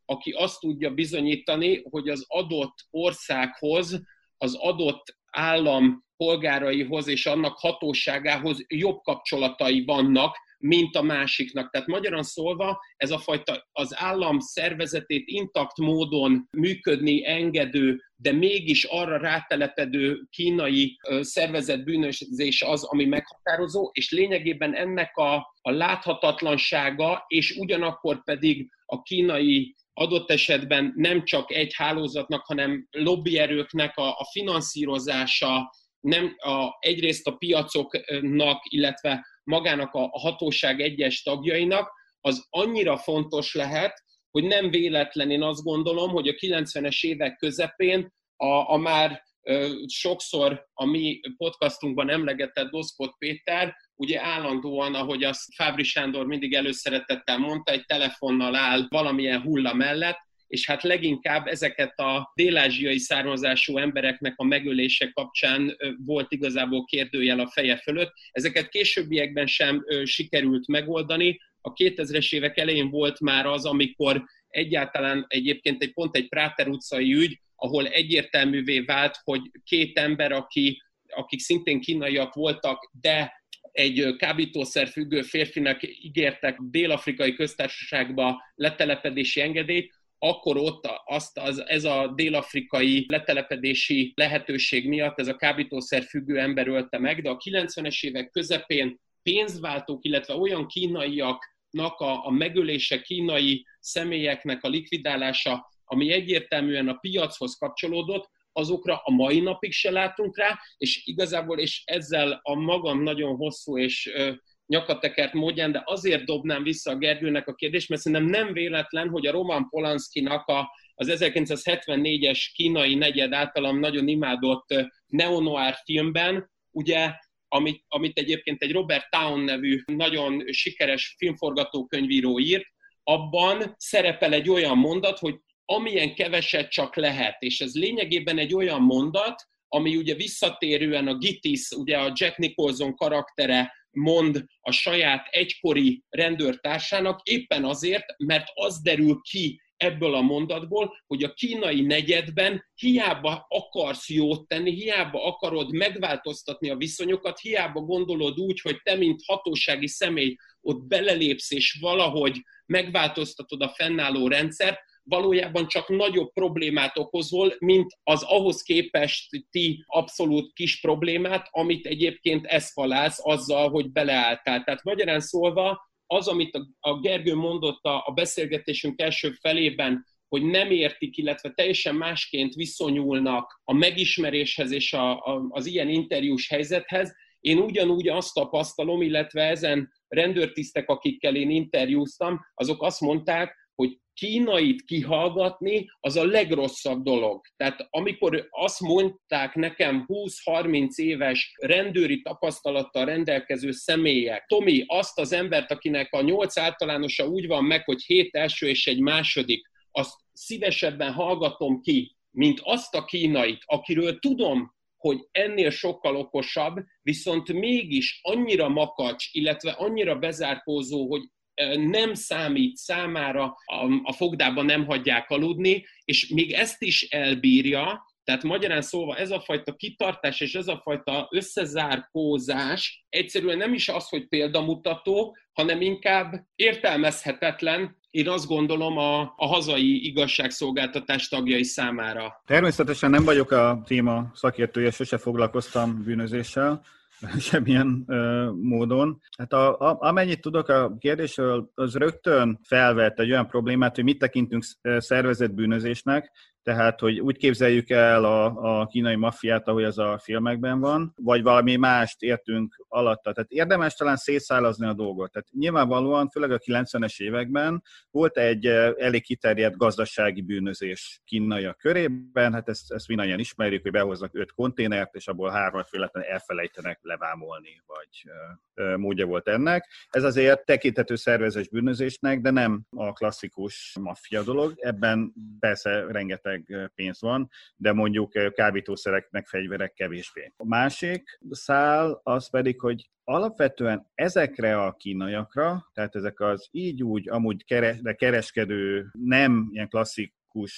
aki azt tudja bizonyítani, hogy az adott országhoz, az adott állam polgáraihoz és annak hatóságához jobb kapcsolatai vannak, mint a másiknak. Tehát magyarán szólva ez a fajta az állam szervezetét intakt módon működni engedő, de mégis arra rátelepedő kínai szervezetbűnözés az, ami meghatározó, és lényegében ennek a, a láthatatlansága, és ugyanakkor pedig a kínai adott esetben nem csak egy hálózatnak, hanem lobbyerőknek a, a finanszírozása, nem a, egyrészt a piacoknak, illetve magának a, a hatóság egyes tagjainak, az annyira fontos lehet, hogy nem véletlen, én azt gondolom, hogy a kilencvenes évek közepén a, a már ö, sokszor a mi podcastunkban emlegetett Doszpot Péter, ugye állandóan, ahogy azt Fábry Sándor mindig előszeretettel mondta, egy telefonnal áll valamilyen hulla mellett, és hát leginkább ezeket a dél-ázsiai származású embereknek a megölése kapcsán volt igazából kérdőjel a feje fölött. Ezeket későbbiekben sem sikerült megoldani. A kétezres évek elején volt már az, amikor egyáltalán egyébként egy pont egy Práter utcai ügy, ahol egyértelművé vált, hogy két ember, aki, akik szintén kínaiak voltak, de egy kábítószerfüggő férfinak ígértek Dél-Afrikai Köztársaságba letelepedési engedélyt, akkor ott azt az, ez a dél-afrikai letelepedési lehetőség miatt ez a kábítószerfüggő ember ölte meg, de a kilencvenes évek közepén pénzváltók, illetve olyan kínaiaknak a, a megölése, kínai személyeknek a likvidálása, ami egyértelműen a piachoz kapcsolódott, azokra a mai napig se látunk rá, és igazából, és ezzel a magam nagyon hosszú és ö, nyakatekert módján, de azért dobnám vissza a Gergőnek a kérdést, mert szerintem nem véletlen, hogy a Roman Polanskinak a, az ezerkilencszázhetvennégyes kínai negyed általam nagyon imádott neo-noir filmben, ugye, amit, amit egyébként egy Robert Town nevű nagyon sikeres filmforgatókönyvíró írt, abban szerepel egy olyan mondat, hogy amilyen keveset csak lehet, és ez lényegében egy olyan mondat, ami ugye visszatérően a Gitis, ugye a Jack Nicholson karaktere mond a saját egykori rendőrtársának, éppen azért, mert az derül ki ebből a mondatból, hogy a kínai negyedben hiába akarsz jót tenni, hiába akarod megváltoztatni a viszonyokat, hiába gondolod úgy, hogy te, mint hatósági személy ott belelépsz és valahogy megváltoztatod a fennálló rendszert, valójában csak nagyobb problémát okozol, mint az ahhoz képest ti abszolút kis problémát, amit egyébként eszkalálsz azzal, hogy beleálltál. Tehát magyarán szólva, az, amit a Gergő mondott a beszélgetésünk első felében, hogy nem értik, illetve teljesen másként viszonyulnak a megismeréshez és a, a, az ilyen interjús helyzethez, én ugyanúgy azt tapasztalom, illetve ezen rendőrtisztek, akikkel én interjúztam, azok azt mondták, hogy kínait kihallgatni, az a legrosszabb dolog. Tehát amikor azt mondták nekem húsz-harminc éves rendőri tapasztalattal rendelkező személyek, Tomi, azt az embert, akinek a nyolc általánosa úgy van meg, hogy hét első és egy második, azt szívesebben hallgatom ki, mint azt a kínait, akiről tudom, hogy ennél sokkal okosabb, viszont mégis annyira makacs, illetve annyira bezárkózó, hogy nem számít számára, a fogdában nem hagyják aludni, és még ezt is elbírja, tehát magyarán szólva ez a fajta kitartás és ez a fajta összezárkózás egyszerűen nem is az, hogy példamutató, hanem inkább értelmezhetetlen, én azt gondolom a, a hazai igazságszolgáltatás tagjai számára. Természetesen nem vagyok a téma szakértője, sose foglalkoztam bűnözéssel, semmilyen ö, módon. Hát a, a, amennyit tudok a kérdésről, az rögtön felvett egy olyan problémát, hogy mit tekintünk szervezett bűnözésnek, tehát, hogy úgy képzeljük el a, a kínai maffiát, ahogy az a filmekben van, vagy valami mást értünk alatta. Tehát érdemes talán szétszálazni a dolgot. Tehát nyilvánvalóan, főleg a kilencvenes években volt egy elég kiterjedt gazdasági bűnözés kínaiak körében, hát ezt, ezt mindannyian ismerjük, hogy behoznak öt konténert, és abból hármat véletlenül elfelejtenek levámolni, vagy ö, módja volt ennek. Ez azért tekinthető szervezett bűnözésnek, de nem a klasszikus maffia dolog. Ebben persze rengeteg rengeteg pénz van, de mondjuk kábítószerek meg fegyverek kevésbé. A másik szál az pedig, hogy alapvetően ezekre a kínaiakra, tehát ezek az így úgy, amúgy keres, de kereskedő, nem ilyen klasszik,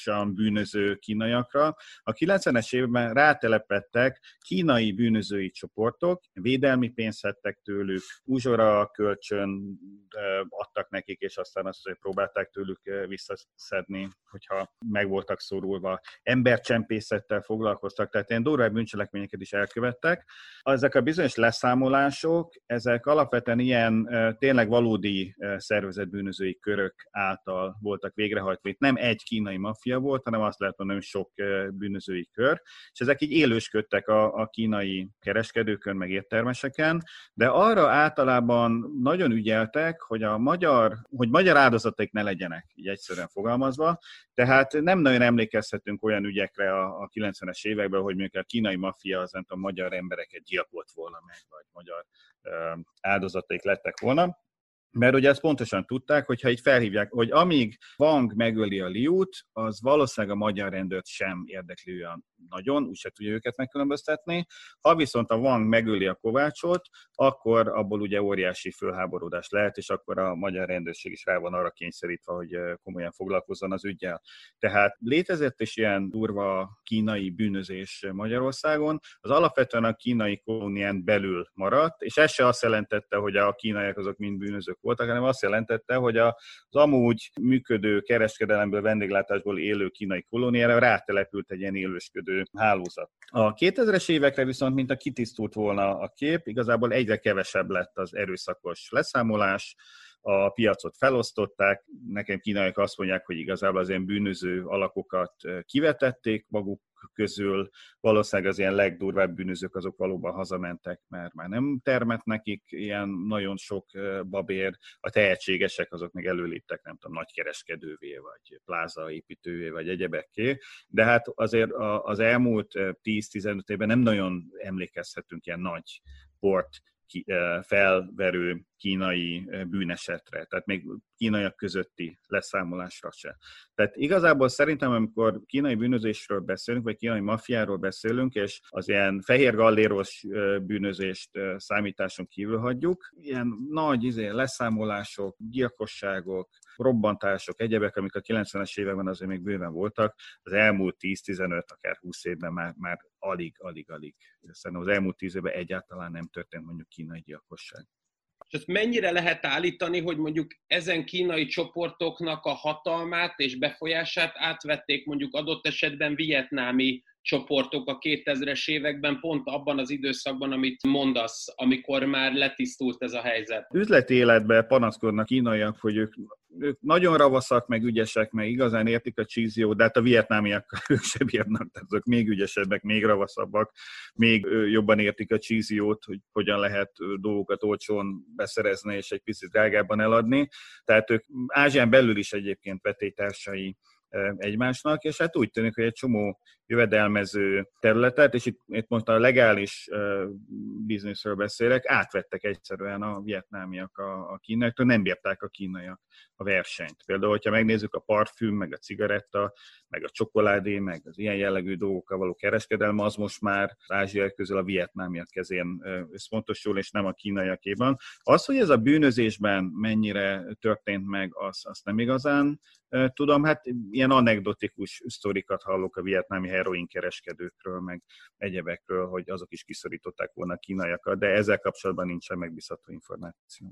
bűnöző kínaiakra. A kilencvenes években rátelepedtek kínai bűnözői csoportok, védelmi pénzt szedtek tőlük, uzsora kölcsön adtak nekik, és aztán azt próbálták tőlük visszaszedni, hogyha meg voltak szorulva. Embercsempészettel foglalkoztak, tehát ilyen durvább bűncselekményeket is elkövettek. Ezek a bizonyos leszámolások, ezek alapvetően ilyen tényleg valódi szervezetbűnözői körök által voltak végrehajtva. Itt nem egy kínai maffia volt, hanem azt lehet mondani, hogy sok bűnözői kör, és ezek így élősködtek a, a kínai kereskedőkön, meg éttermeseken, de arra általában nagyon ügyeltek, hogy a magyar, hogy magyar áldozataik ne legyenek, így egyszerűen fogalmazva, tehát nem nagyon emlékezhetünk olyan ügyekre a, a kilencvenes években, hogy mondjuk a kínai maffia az nem tudom, magyar embereket gyilkolt volna meg, vagy magyar uh, áldozataik lettek volna. Mert ugye ezt pontosan tudták, hogyha így felhívják, hogy amíg Wang megöli a Liut, az valószínűleg a magyar rendőrt sem érdekli olyan nagyon, úgyse tudja őket megkülönböztetni. Ha viszont a Wang megöli a Kovácsot, akkor abból ugye óriási fölháborodás lehet, és akkor a magyar rendőrség is rá van arra kényszerítve, hogy komolyan foglalkozzon az üggyel. Tehát létezett is ilyen durva kínai bűnözés Magyarországon, az alapvetően a kínai kolónián belül maradt, és ez se azt jelentette, hogy a kínaiak azok mind bűnözők voltak, hanem azt jelentette, hogy az amúgy működő kereskedelemből, vendéglátásból élő kínai kolóniára rátelepült egy ilyen élősködő hálózat. A kétezres évekre viszont, mint a kitisztult volna a kép, igazából egyre kevesebb lett az erőszakos leszámolás, a piacot felosztották, nekem kínaiak azt mondják, hogy igazából az ilyen bűnöző alakokat kivetették maguk közül, valószínűleg az ilyen legdurvább bűnözők azok valóban hazamentek, mert már nem termett nekik ilyen nagyon sok babér, a tehetségesek azok még előléptek, nem tudom, nagykereskedővé, vagy plázaépítővé, vagy egyebekké, de hát azért az elmúlt tíz-tizenöt évben nem nagyon emlékezhetünk ilyen nagy port felverő kínai bűnesetre, tehát még kínaiak közötti leszámolásra se. Tehát igazából szerintem, amikor kínai bűnözésről beszélünk, vagy kínai maffiáról beszélünk, és az ilyen fehér galléros bűnözést számításon kívül hagyjuk, ilyen nagy izé, leszámolások, gyilkosságok, robbantások, egyebek, amik a kilencvenes években azért még bőven voltak, az elmúlt tíz-tizenöt, akár húsz évben már, már alig, alig, alig. Szerintem az elmúlt tíz évben egyáltalán nem történt mondjuk kínai gyilkosság. És ezt mennyire lehet állítani, hogy mondjuk ezen kínai csoportoknak a hatalmát és befolyását átvették mondjuk adott esetben vietnámi csoportok a kétezres években, pont abban az időszakban, amit mondasz, amikor már letisztult ez a helyzet? Üzleti életben panaszkodnak kínaiak, hogy ők, ők nagyon ravaszak, meg ügyesek, meg igazán értik a csíziót, de hát a vietnámiakkal ők se bírnak, tehát azok még ügyesebbek, még ravaszabbak, még jobban értik a csíziót, hogy hogyan lehet dolgokat olcsón beszerezni és egy picit drágábban eladni. Tehát ők Ázsián belül is egyébként vetélytársai egymásnak, és hát úgy tűnik, hogy egy csomó jövedelmező területet, és itt, itt most a legális uh, bizniszről beszélek, átvettek egyszerűen a vietnámiak a, a kínaiaktól, nem bírták a kínaiak a versenyt. Például, hogyha megnézzük a parfüm, meg a cigaretta, meg a csokoládé, meg az ilyen jellegű dolgokkal való kereskedelme, az most már az ázsiaiak közül a vietnámiak kezén összpontosul, és nem a kínaiakéban. Az, hogy ez a bűnözésben mennyire történt meg, azt, azt nem igazán tudom, hát ilyen anekdotikus sztorikat hallok a vietnámi heroinkereskedőkről, meg egyebekről, hogy azok is kiszorították volna a kínaiakat, de ezzel kapcsolatban nincsen megbízható információ.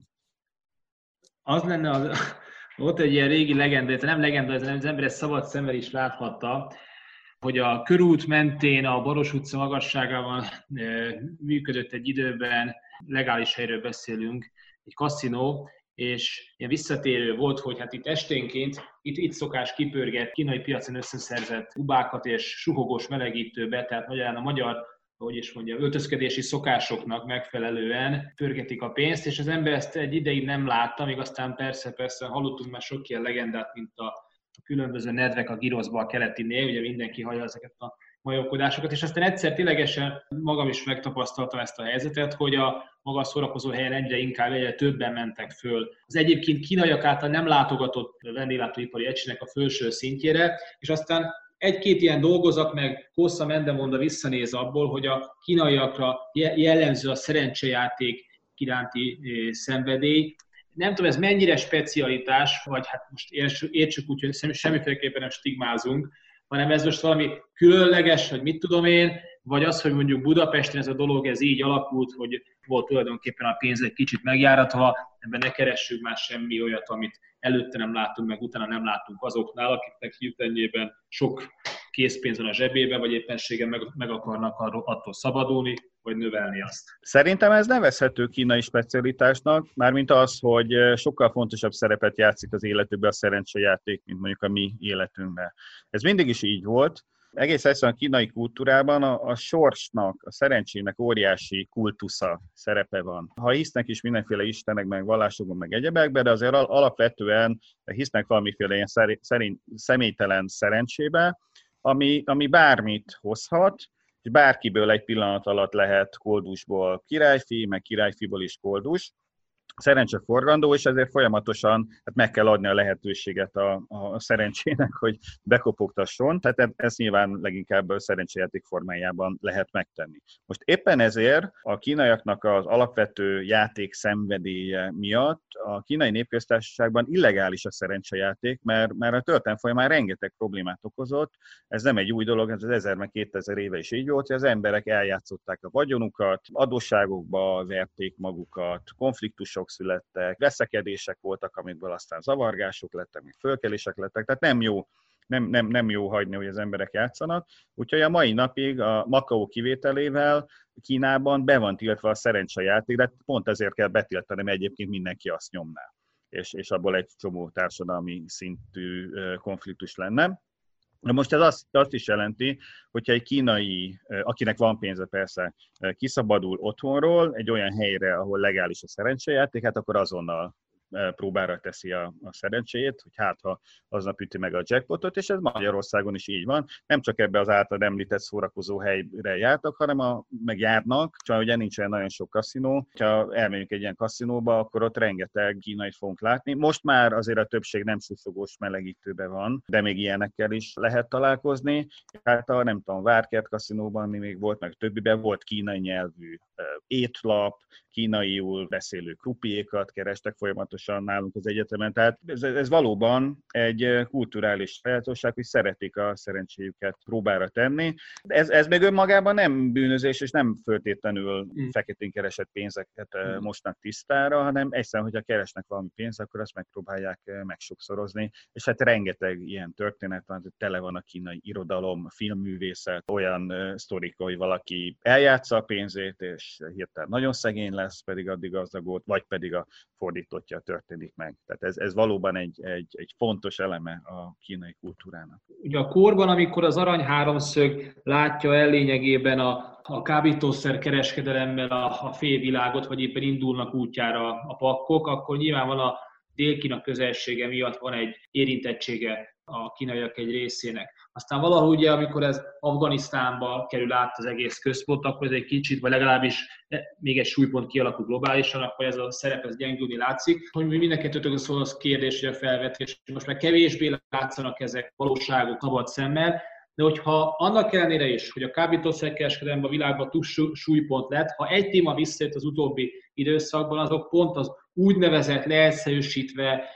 Az lenne, az, volt egy ilyen régi legenda, nem legenda, az ember ezt szabad szemmel is láthatta, hogy a körút mentén a Baros utca magasságában működött egy időben, legális helyről beszélünk, egy kaszinó, és ilyen visszatérő volt, hogy hát itt esténként itt, itt szokás kipörget kínai piacon összeszerzett kubákat és suhogós melegítőbe, tehát magyarán a magyar, hogy is mondjam, öltözködési szokásoknak megfelelően pörgetik a pénzt, és az ember ezt egy ideig nem látta, még aztán persze-persze hallottunk már sok ilyen legendát, mint a, a különböző nedvek a giroszba a keletinél, ugye mindenki hallja ezeket a majomkodásokat, és aztán egyszer ténylegesen magam is megtapasztaltam ezt a helyzetet, hogy a maga a szórakozó helyen egyre inkább, egyre többen mentek föl az egyébként kínaiak által nem látogatott vendéglátóipari egységnek a felső szintjére, és aztán egy-két ilyen dolgozat meg Kossa Mendemonda visszanéz abból, hogy a kínaiakra jellemző a szerencsejáték iránti szenvedély. Nem tudom, ez mennyire specialitás, vagy hát most értsük úgy, hogy semmiféleképpen nem stigmázunk, hanem ez most valami különleges, vagy mit tudom én, vagy az, hogy mondjuk Budapesten ez a dolog ez így alakult, hogy volt tulajdonképpen a pénz egy kicsit megjáratva, ebben ne keressünk már semmi olyat, amit előtte nem látunk, meg utána nem látunk azoknál, akiknek hirtelenjében sok készpénz van a zsebében, vagy éppenséggel meg, meg akarnak attól szabadulni, vagy növelni azt. Szerintem ez nevezhető kínai specialitásnak, mármint az, hogy sokkal fontosabb szerepet játszik az életükben a szerencsejáték, mint mondjuk a mi életünkben. Ez mindig is így volt. Egész egyszerűen a kínai kultúrában a, a sorsnak, a szerencsének óriási kultusza, szerepe van. Ha hisznek is mindenféle istenek, meg vallásokban, meg egyebekben, de azért alapvetően hisznek valamiféle ilyen szerint, személytelen szerencsébe, ami, ami bármit hozhat, és bárkiből egy pillanat alatt lehet koldusból királyfi, meg királyfiból is koldus. Szerencse forgandó, és ezért folyamatosan hát meg kell adni a lehetőséget a, a szerencsének, hogy bekopogtasson. Tehát ezt nyilván leginkább szerencsejáték formájában lehet megtenni. Most éppen ezért a kínaiaknak az alapvető játék szenvedélye miatt a kínai népköztársaságban illegális a szerencsejáték, mert, mert a történelem folyamán rengeteg problémát okozott. Ez nem egy új dolog, ez az ezer meg kétezer éve is így volt, hogy az emberek eljátszották a vagyonukat, adósságokba verték magukat, konfliktusok születtek, veszekedések voltak, amikből aztán zavargások lettek, még fölkelések lettek, tehát nem jó, nem, nem, nem jó hagyni, hogy az emberek játszanak. Úgyhogy a mai napig a Makao kivételével Kínában be van tiltva a szerencsejáték, de pont ezért kell betiltani, mert egyébként mindenki azt nyomná, és, és abból egy csomó társadalmi szintű konfliktus lenne. De most ez azt, azt is jelenti, hogyha egy kínai, akinek van pénze persze, kiszabadul otthonról egy olyan helyre, ahol legális a szerencsejáték, hát akkor azonnal próbára teszi a, a szerencséjét, hogy hát ha aznap üti meg a jackpotot, és ez Magyarországon is így van. Nem csak ebbe az által említett szórakozó helyre jártak, hanem a, meg járnak, csak ugye nincs olyan nagyon sok kaszinó. Ha elmegyünk egy ilyen kaszinóba, akkor ott rengeteg kínait fogunk látni. Most már azért a többség nem suszogós melegítőben van, de még ilyenekkel is lehet találkozni. Hát a nem tudom, Várkert kaszinóban mi még volt, meg többiben volt kínai nyelvű étlap, kínaiul beszélő krupiékat kerestek folyamatosan nálunk az egyetemen. Tehát ez, ez valóban egy kulturális sajátosság, hogy szeretik a szerencséjüket próbára tenni. Ez, ez még önmagában nem bűnözés, és nem föltétlenül mm. feketén keresett pénzeket mm. mostnak tisztára, hanem egyszerűen, hogyha keresnek valami pénzt, akkor azt megpróbálják megsokszorozni. És hát rengeteg ilyen történet van, hogy tele van a kínai irodalom, filmművészet, olyan sztorik, hogy valaki eljátsza a pénzét, és hirtelen nagyon szegény lesz, pedig addig gazdag volt, vagy pedig a fordítottja történik meg. Tehát ez, ez valóban egy, egy, egy fontos eleme a kínai kultúrának. Ugye a korban, amikor az arany háromszög látja el lényegében a, a kábítószer kereskedelemmel a, a félvilágot, vagy éppen indulnak útjára a pakkok, akkor nyilván van a Dél-Kína közelsége miatt van egy érintettsége a kínaiak egy részének. Aztán valahogy ugye, amikor ez Afganisztánba kerül át az egész központ, akkor ez egy kicsit, vagy legalábbis még egy súlypont kialakul globálisan, akkor ez a szerep ez gyengülni látszik. Hogy mindenkettőtől szól az kérdés, hogy a felvetés, most már kevésbé látszanak ezek valóságok szabad szemmel, de hogyha annak ellenére is, hogy a kábítószerkereskedelem a világban túl súlypont lett, ha egy téma visszajött az utóbbi időszakban, azok pont az úgynevezett leegyszerűsítve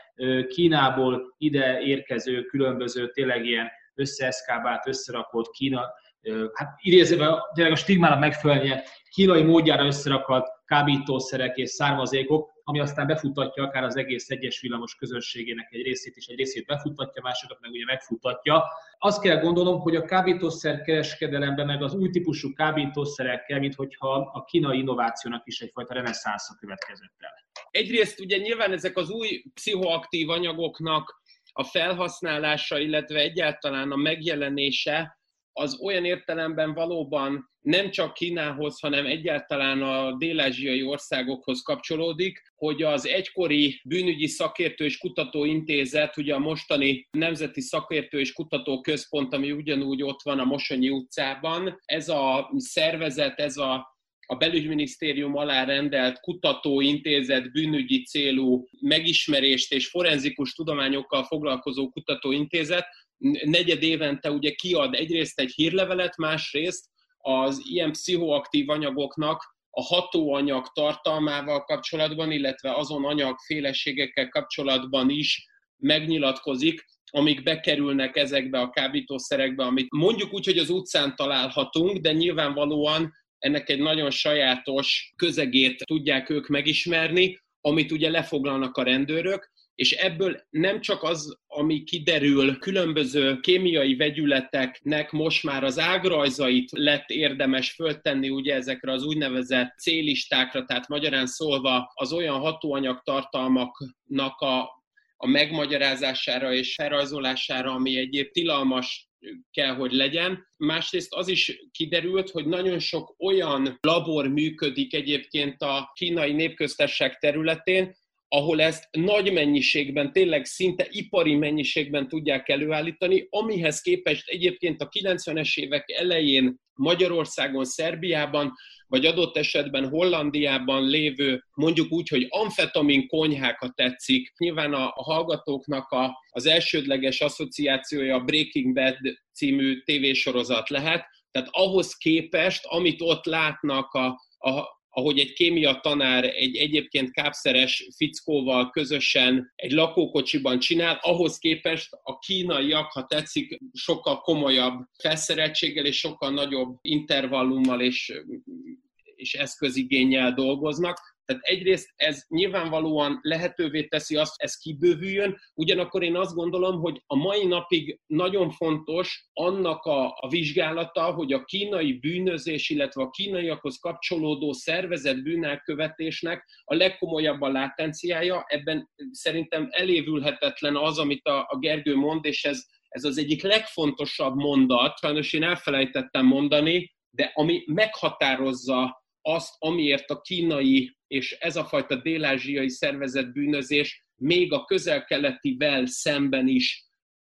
Kínából ide érkező különböző tényleg ilyen összeeszkábált, összerakott Kína, hát idézőben tényleg a stigmának megfelelően kínai módjára összerakat kábítószerek és származékok, ami aztán befuttatja akár az egész egyes villamos közösségének egy részét, és egy részét befuttatja, másokat meg ugye megfuttatja. Azt kell gondolnom, hogy a kábítószerkereskedelemben meg az új típusú kábítószerekkel, mint hogyha a kínai innovációnak is egyfajta reneszánsza következett el. Egyrészt ugye nyilván ezek az új pszichoaktív anyagoknak a felhasználása, illetve egyáltalán a megjelenése az olyan értelemben valóban nem csak Kínához, hanem egyáltalán a dél-ázsiai országokhoz kapcsolódik, hogy az egykori bűnügyi szakértő és kutatóintézet, ugye a mostani Nemzeti Szakértő és Kutatóközpont, ami ugyanúgy ott van a Mosonyi utcában, ez a szervezet, ez a a belügyminisztérium alá rendelt kutatóintézet, bűnügyi célú megismerést és forenzikus tudományokkal foglalkozó kutatóintézet, negyed évente ugye kiad egyrészt egy hírlevelet, másrészt az ilyen pszichoaktív anyagoknak a hatóanyag tartalmával kapcsolatban, illetve azon anyagféleségekkel kapcsolatban is megnyilatkozik, amik bekerülnek ezekbe a kábítószerekbe, amit mondjuk úgy, hogy az utcán találhatunk, de nyilvánvalóan ennek egy nagyon sajátos közegét tudják ők megismerni, amit ugye lefoglalnak a rendőrök, és ebből nem csak az, ami kiderül, különböző kémiai vegyületeknek most már az ágrajzait lett érdemes föltenni ugye ezekre az úgynevezett C-listákra, tehát magyarán szólva az olyan hatóanyagtartalmaknak a, a megmagyarázására és felrajzolására, ami egyéb tilalmas kell, hogy legyen. Másrészt az is kiderült, hogy nagyon sok olyan labor működik egyébként a kínai népköztársaság területén, ahol ezt nagy mennyiségben, tényleg szinte ipari mennyiségben tudják előállítani, amihez képest egyébként a kilencvenes évek elején Magyarországon, Szerbiában, vagy adott esetben Hollandiában lévő, mondjuk úgy, hogy amfetamin konyhák, ha tetszik. Nyilván a, a hallgatóknak a, az elsődleges asszociációja a Breaking Bad című tévésorozat lehet, tehát ahhoz képest, amit ott látnak a, a ahogy egy kémia tanár egy egyébként kápszeres fickóval közösen egy lakókocsiban csinál, ahhoz képest a kínaiak, ha tetszik, sokkal komolyabb felszereltséggel és sokkal nagyobb intervallummal és, és eszközigénnyel dolgoznak. Tehát egyrészt ez nyilvánvalóan lehetővé teszi azt, hogy ez kibővüljön, ugyanakkor én azt gondolom, hogy a mai napig nagyon fontos annak a, a vizsgálata, hogy a kínai bűnözés, illetve a kínaiakhoz kapcsolódó szervezett bűnelkövetésnek a legkomolyabb a látenciája. Ebben szerintem elévülhetetlen az, amit a, a Gergő mond, és ez, ez az egyik legfontosabb mondat, sajnos én elfelejtettem mondani, de ami meghatározza azt, amiért a kínai és ez a fajta dél-ázsiai szervezett bűnözés még a közel-keletivel szemben is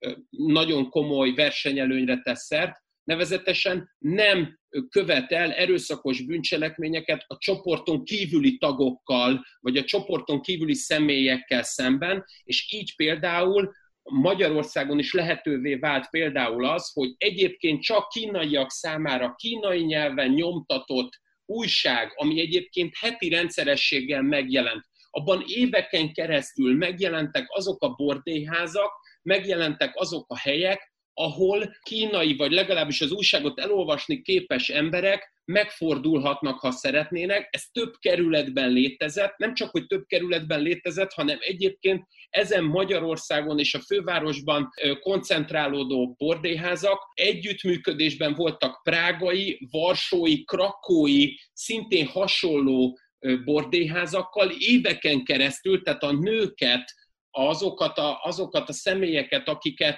nagyon komoly versenyelőnyre tesz szert, nevezetesen nem követel erőszakos bűncselekményeket a csoporton kívüli tagokkal, vagy a csoporton kívüli személyekkel szemben, és így például Magyarországon is lehetővé vált például az, hogy egyébként csak kínaiak számára kínai nyelven nyomtatott újság, ami egyébként heti rendszerességgel megjelent. Abban éveken keresztül megjelentek azok a bordélyházak, megjelentek azok a helyek, ahol kínai, vagy legalábbis az újságot elolvasni képes emberek megfordulhatnak, ha szeretnének. Ez több kerületben létezett, nem csak, hogy több kerületben létezett, hanem egyébként ezen Magyarországon és a fővárosban koncentrálódó bordélyházak együttműködésben voltak prágai, varsói, krakói, szintén hasonló bordélyházakkal éveken keresztül, tehát a nőket, azokat a, azokat a személyeket, akiket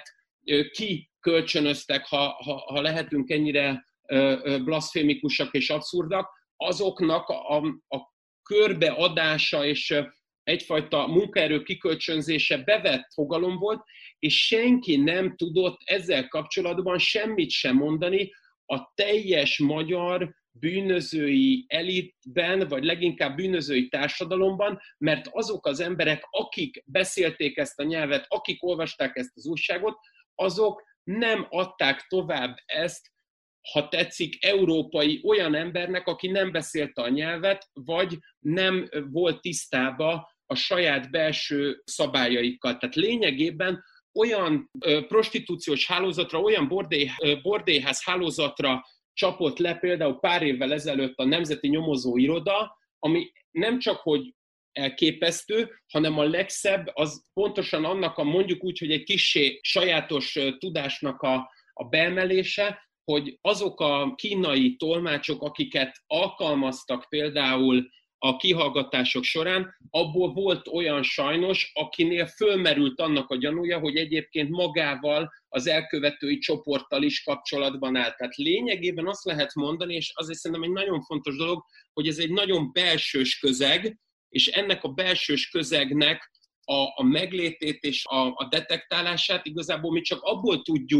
kikölcsönöztek, ha, ha, ha lehetünk ennyire blaszfémikusak és abszurdak, azoknak a, a körbeadása és egyfajta munkaerő kikölcsönzése bevett fogalom volt, és senki nem tudott ezzel kapcsolatban semmit sem mondani a teljes magyar bűnözői elitben, vagy leginkább bűnözői társadalomban, mert azok az emberek, akik beszélték ezt a nyelvet, akik olvasták ezt az újságot, azok nem adták tovább ezt, ha tetszik, európai olyan embernek, aki nem beszélte a nyelvet, vagy nem volt tisztába a saját belső szabályaikkal. Tehát lényegében olyan prostitúciós hálózatra, olyan bordély, bordélyház hálózatra csapott le például pár évvel ezelőtt a Nemzeti Nyomozó Iroda, ami nem csak, hogy elképesztő, hanem a legszebb, az pontosan annak a mondjuk úgy, hogy egy kissé sajátos tudásnak a, a beemelése, hogy azok a kínai tolmácsok, akiket alkalmaztak például a kihallgatások során, abból volt olyan sajnos, akinél fölmerült annak a gyanúja, hogy egyébként magával az elkövetői csoporttal is kapcsolatban áll. Tehát lényegében azt lehet mondani, és azért szerintem egy nagyon fontos dolog, hogy ez egy nagyon belsős közeg, és ennek a belsős közegnek a, a meglétét és a, a detektálását igazából mi csak abból tudjuk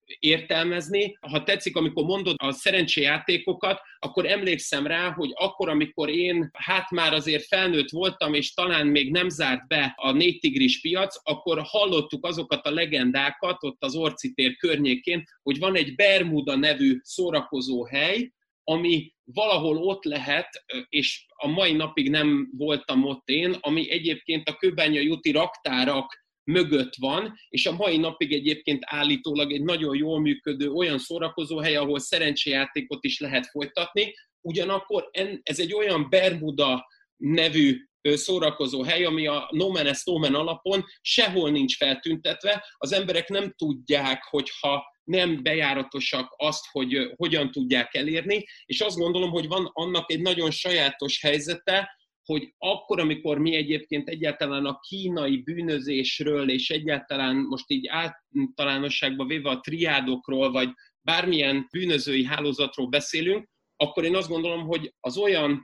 értelmezni. Ha tetszik, amikor mondod a szerencséjátékokat, akkor emlékszem rá, hogy akkor, amikor én hát már azért felnőtt voltam, és talán még nem zárt be a Négy Tigris piac, akkor hallottuk azokat a legendákat ott az Orci tér környékén, hogy van egy Bermuda nevű szórakozó hely, ami valahol ott lehet, és a mai napig nem voltam ott én, ami egyébként a Kőbányai úti raktárak mögött van, és a mai napig egyébként állítólag egy nagyon jól működő olyan szórakozóhely, ahol szerencséjátékot is lehet folytatni. Ugyanakkor ez egy olyan Bermuda nevű szórakozóhely, ami a no man is no man alapon sehol nincs feltüntetve. Az emberek nem tudják, hogyha nem bejáratosak azt, hogy hogyan tudják elérni, és azt gondolom, hogy van annak egy nagyon sajátos helyzete, hogy akkor, amikor mi egyébként egyáltalán a kínai bűnözésről, és egyáltalán most így általánosságban véve a triádokról, vagy bármilyen bűnözői hálózatról beszélünk, akkor én azt gondolom, hogy az olyan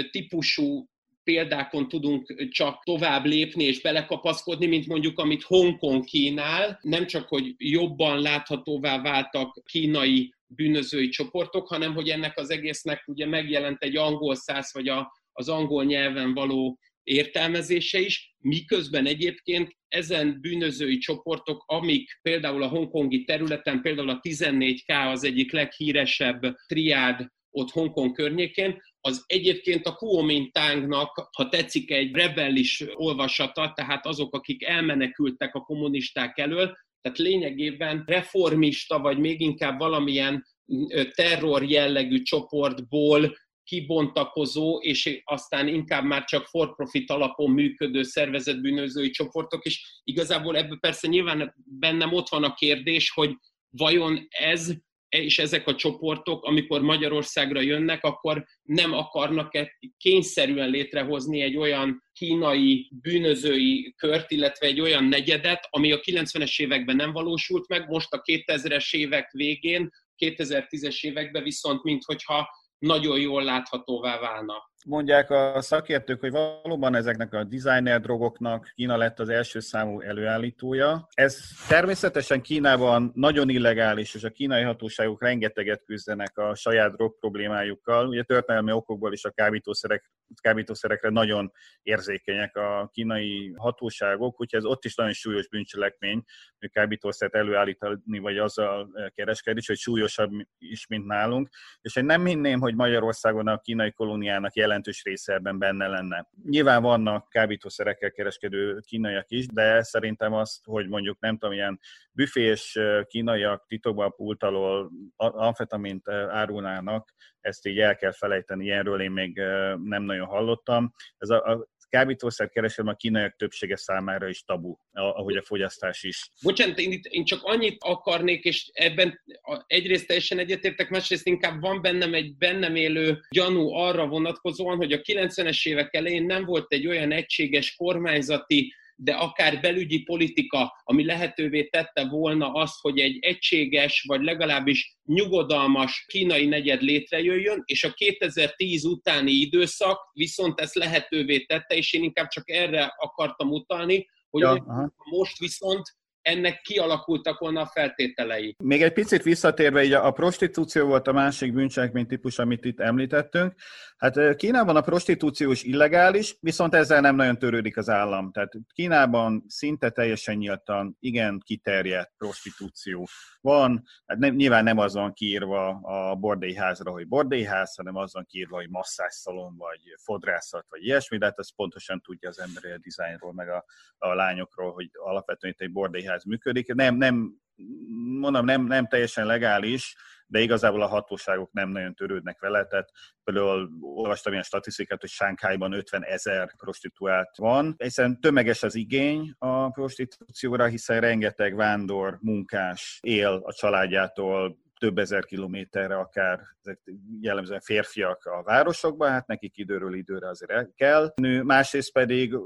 típusú példákon tudunk csak tovább lépni és belekapaszkodni, mint mondjuk, amit Hongkong kínál, nem csak, hogy jobban láthatóvá váltak kínai bűnözői csoportok, hanem hogy ennek az egésznek ugye megjelent egy angol száz, vagy a, az angol nyelven való értelmezése is, miközben egyébként ezen bűnözői csoportok, amik például a hongkongi területen, például a tizennégy ká az egyik leghíresebb triád ott Hongkong környékén, az egyébként a Kuomintangnak, ha tetszik, egy rebellis olvasata, tehát azok, akik elmenekültek a kommunisták elől, tehát lényegében reformista, vagy még inkább valamilyen terror jellegű csoportból kibontakozó, és aztán inkább már csak for-profit alapon működő szervezetbűnözői csoportok, és igazából ebben persze nyilván bennem ott van a kérdés, hogy vajon ez és ezek a csoportok, amikor Magyarországra jönnek, akkor nem akarnak-e kényszerűen létrehozni egy olyan kínai bűnözői kört, illetve egy olyan negyedet, ami a kilencvenes években nem valósult meg, most a kétezres évek végén, kétezer-tízes években viszont minthogyha nagyon jól láthatóvá válna. Mondják a szakértők, hogy valóban ezeknek a designer drogoknak Kína lett az első számú előállítója. Ez természetesen Kínában nagyon illegális, és a kínai hatóságok rengeteget küzdenek a saját drog problémájukkal. Ugye történelmi okokból is a kábítószerek, kábítószerekre nagyon érzékenyek a kínai hatóságok, úgyhogy ez ott is nagyon súlyos bűncselekmény, hogy kábítószert előállítani, vagy azzal kereskedni, hogy súlyosabb is, mint nálunk. És én nem hinném, hogy Magyarországon a kínai kolóniának jelentős része ebben benne lenne. Nyilván vannak kábítószerekkel kereskedő kínaiak is, de szerintem azt, hogy mondjuk nem tudom, ilyen büfés kínaiak titokban a pult alól amfetamint árulnának, ezt így el kell felejteni, ilyenről én még nem nagyon hallottam. Ez a, a kábítószerkereskedelem a kínaiak többsége számára is tabu, ahogy a fogyasztás is. Bocsánat, én, itt, én csak annyit akarnék, és ebben egyrészt teljesen egyetértek, másrészt inkább van bennem egy bennem élő gyanú arra vonatkozóan, hogy a kilencvenes évek elején nem volt egy olyan egységes kormányzati, de akár belügyi politika, ami lehetővé tette volna azt, hogy egy egységes, vagy legalábbis nyugodalmas kínai negyed létrejöjjön, és a kétezer-tíz utáni időszak viszont ezt lehetővé tette, és én inkább csak erre akartam utalni, hogy ja, most viszont ennek kialakultak volna a feltételei. Még egy picit visszatérve, így a prostitúció volt a másik bűncselekmény típus, amit itt említettünk. Hát Kínában a prostitúció is illegális, viszont ezzel nem nagyon törődik az állam. Tehát Kínában szinte teljesen nyíltan, igen, kiterjedt prostitúció van. Hát nem, nyilván nem az van kiírva a bordélyházra, hogy bordélyház, hanem az van kiírva, hogy masszásszalon, vagy fodrászat, vagy ilyesmi, de hát ezt pontosan tudja az ember a dizájnról, meg a, a lányokról, hogy alapvetően itt egy bordélyház működik. Nem, nem, mondom, nem, nem teljesen legális, de igazából a hatóságok nem nagyon törődnek vele. Tehát például olvastam ilyen statisztikát, hogy Sánkhájban ötvenezer prostituált van. Egyszerűen tömeges az igény a prostitúcióra, hiszen rengeteg vándor, munkás él a családjától több ezer kilométerre, akár jellemzően férfiak a városokban, hát nekik időről időre azért el kell. Másrészt pedig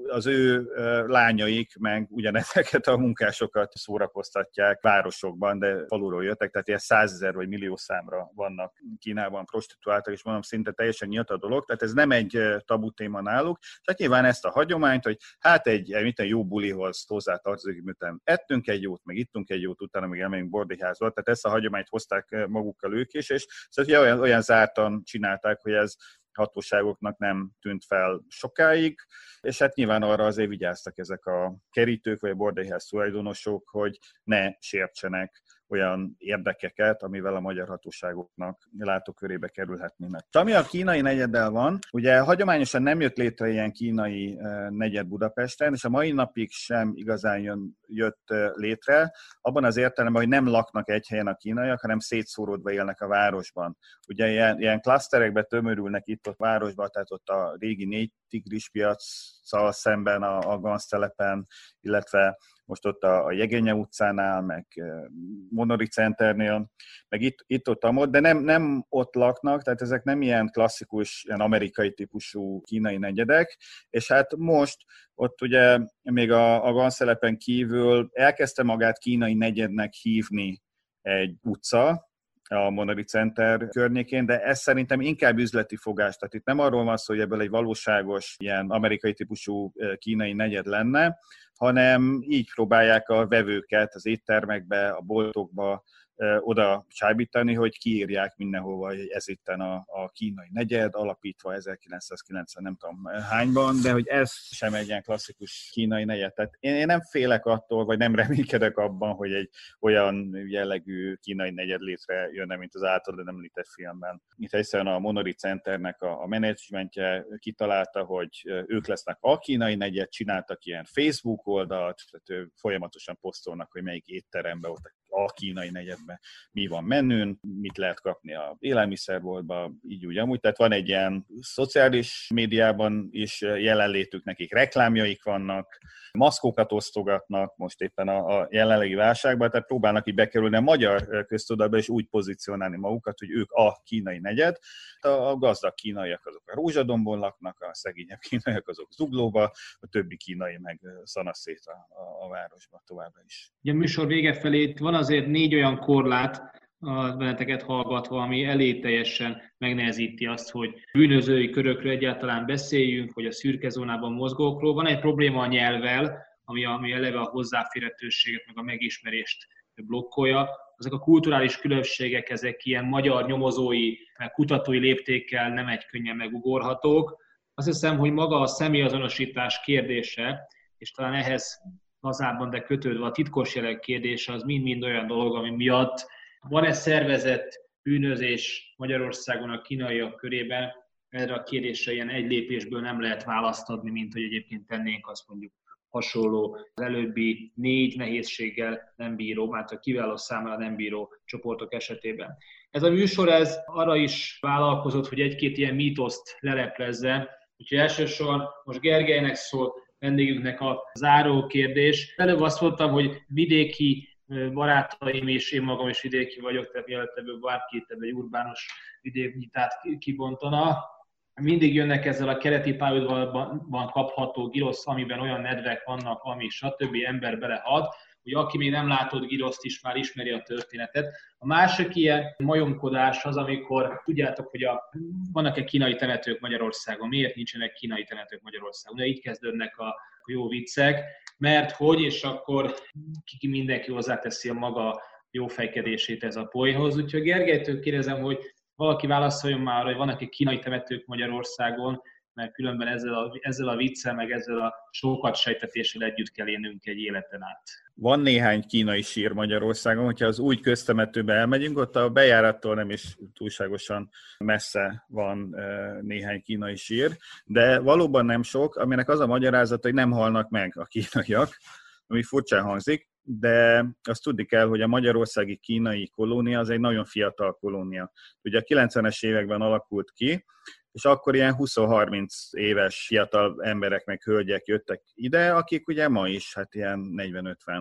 az ő lányaik meg ugyanezeket a munkásokat szórakoztatják városokban, de faluról jöttek, tehát ilyen százezer vagy millió számra vannak Kínában prostituáltak, és mondom, szinte teljesen nyílt a dolog, tehát ez nem egy tabu téma náluk, tehát nyilván ezt a hagyományt, hogy hát egy, egy jó bulihoz hozzátartozik, miután ettünk egy jót, meg ittunk egy jót, utána még elmegyünk bordéházba, tehát ezt a hagyományt hozták magukkal ők is, és szóval olyan, olyan zártan csinálták, hogy ez hatóságoknak nem tűnt fel sokáig, és hát nyilván arra azért vigyáztak ezek a kerítők vagy a bordélyház tulajdonosok, hogy ne sértsenek olyan érdekeket, amivel a magyar hatóságoknak látókörébe kerülhetnének. Ami a kínai negyeddel van, ugye hagyományosan nem jött létre ilyen kínai negyed Budapesten, és a mai napig sem igazán jön, jött létre, abban az értelemben, hogy nem laknak egy helyen a kínaiak, hanem szétszóródva élnek a városban. Ugye ilyen, ilyen klaszterekbe tömörülnek itt a városban, tehát ott a régi négy tigris piaccal szemben a, a Ganztelepen, illetve most ott a, a Jegenye utcánál, meg Monori Centernél, meg itt, itt ott, amott, de nem, nem ott laknak, tehát ezek nem ilyen klasszikus, ilyen amerikai típusú kínai negyedek, és hát most ott ugye még a, a Ganztelepen kívül elkezdte magát kínai negyednek hívni egy utca, a Monori Center környékén, de ez szerintem inkább üzleti fogás. Tehát itt nem arról van szó, hogy ebből egy valóságos, ilyen amerikai típusú kínai negyed lenne, hanem így próbálják a vevőket az éttermekbe, a boltokba oda csábítani, hogy kiírják mindenhova, hogy ez itten a, a kínai negyed, alapítva ezerkilencszázkilencven nem tudom hányban, de hogy ez sem egy ilyen klasszikus kínai negyed. Tehát én, én nem félek attól, vagy nem reménykedek abban, hogy egy olyan jellegű kínai negyed létre jönne, mint az általad említett filmben. Itt egyszerűen a Monori Centernek a, a menedzsmentje kitalálta, hogy ők lesznek a kínai negyed, csináltak ilyen Facebook oldalt, tehát folyamatosan posztolnak, hogy melyik étterembe ott a kínai negyedben mi van menün, mit lehet kapni a élelmiszerboltban, így úgy amúgy. Tehát van egy ilyen szociális médiában is jelenlétük, nekik reklámjaik vannak, maszkokat osztogatnak most éppen a, a jelenlegi válságban, tehát próbálnak így bekerülni a magyar köztudatba és úgy pozícionálni magukat, hogy ők a kínai negyed. A, a gazdag kínaiak azok a Rózsadombon laknak, a szegényebb kínaiak azok Zuglóba, a többi kínai meg szanaszét a, a, a városba továbbra is. A műsor vége felé van azért négy olyan korlát, a benneteket hallgatva, ami elég teljesen megnehezíti azt, hogy bűnözői körökről egyáltalán beszéljünk, hogy a szürke zónában mozgókról. Van egy probléma a nyelvvel, ami, ami eleve a hozzáférhetőséget, meg a megismerést blokkolja. Ezek a kulturális különbségek, ezek ilyen magyar nyomozói, meg kutatói léptékkel nem egy könnyen megugorhatók. Azt hiszem, hogy maga a személyazonosítás kérdése, és talán ehhez lazábban, de kötődve a titkos jelek kérdése, az mind-mind olyan dolog, ami miatt van-e szervezett bűnözés Magyarországon a kínaiak körében, erre a kérdésre ilyen egy lépésből nem lehet választ adni, mint hogy egyébként tennénk azt mondjuk hasonló az előbbi négy nehézséggel nem bíró, már a kiváló számára nem bíró csoportok esetében. Ez a műsor ez arra is vállalkozott, hogy egy-két ilyen mítoszt leleplezze, úgyhogy elsősorban most Gergelynek szól, vendégünknek a záró kérdés. Előbb azt mondtam, hogy vidéki barátaim és én magam is vidéki vagyok, tehát mielőtt ebből bárki ebből egy urbánus vidéknyitát kibontana. Mindig jönnek ezzel a keleti pályaudvarban kapható girosz, amiben olyan nedvek vannak, ami stb. Ember belehad, hogy aki még nem látott giroszt is már ismeri a történetet. A másik ilyen majomkodás az, amikor tudjátok, hogy a, vannak-e kínai temetők Magyarországon, miért nincsenek kínai temetők Magyarországon. De így kezdődnek a jó viccek, mert hogy, és akkor ki mindenki hozzáteszi a maga jófejkedését ez a poénhoz. Úgyhogy Gergelytől kérdezem, hogy valaki válaszoljon már, hogy vannak-e kínai temetők Magyarországon, mert különben ezzel a, ezzel a viccel, meg ezzel a sokat sejtetéssel együtt kell élnünk egy életen át. Van néhány kínai sír Magyarországon, hogyha az új köztemetőbe elmegyünk, ott a bejárattól nem is túlságosan messze van néhány kínai sír, de valóban nem sok, aminek az a magyarázat, hogy nem halnak meg a kínaiak, ami furcsán hangzik, de azt tudni kell, hogy a magyarországi kínai kolónia az egy nagyon fiatal kolónia. Ugye a kilencvenes években alakult ki, és akkor ilyen húsz-harminc éves fiatal emberek meg hölgyek jöttek ide, akik ugye ma is hát ilyen negyven-ötven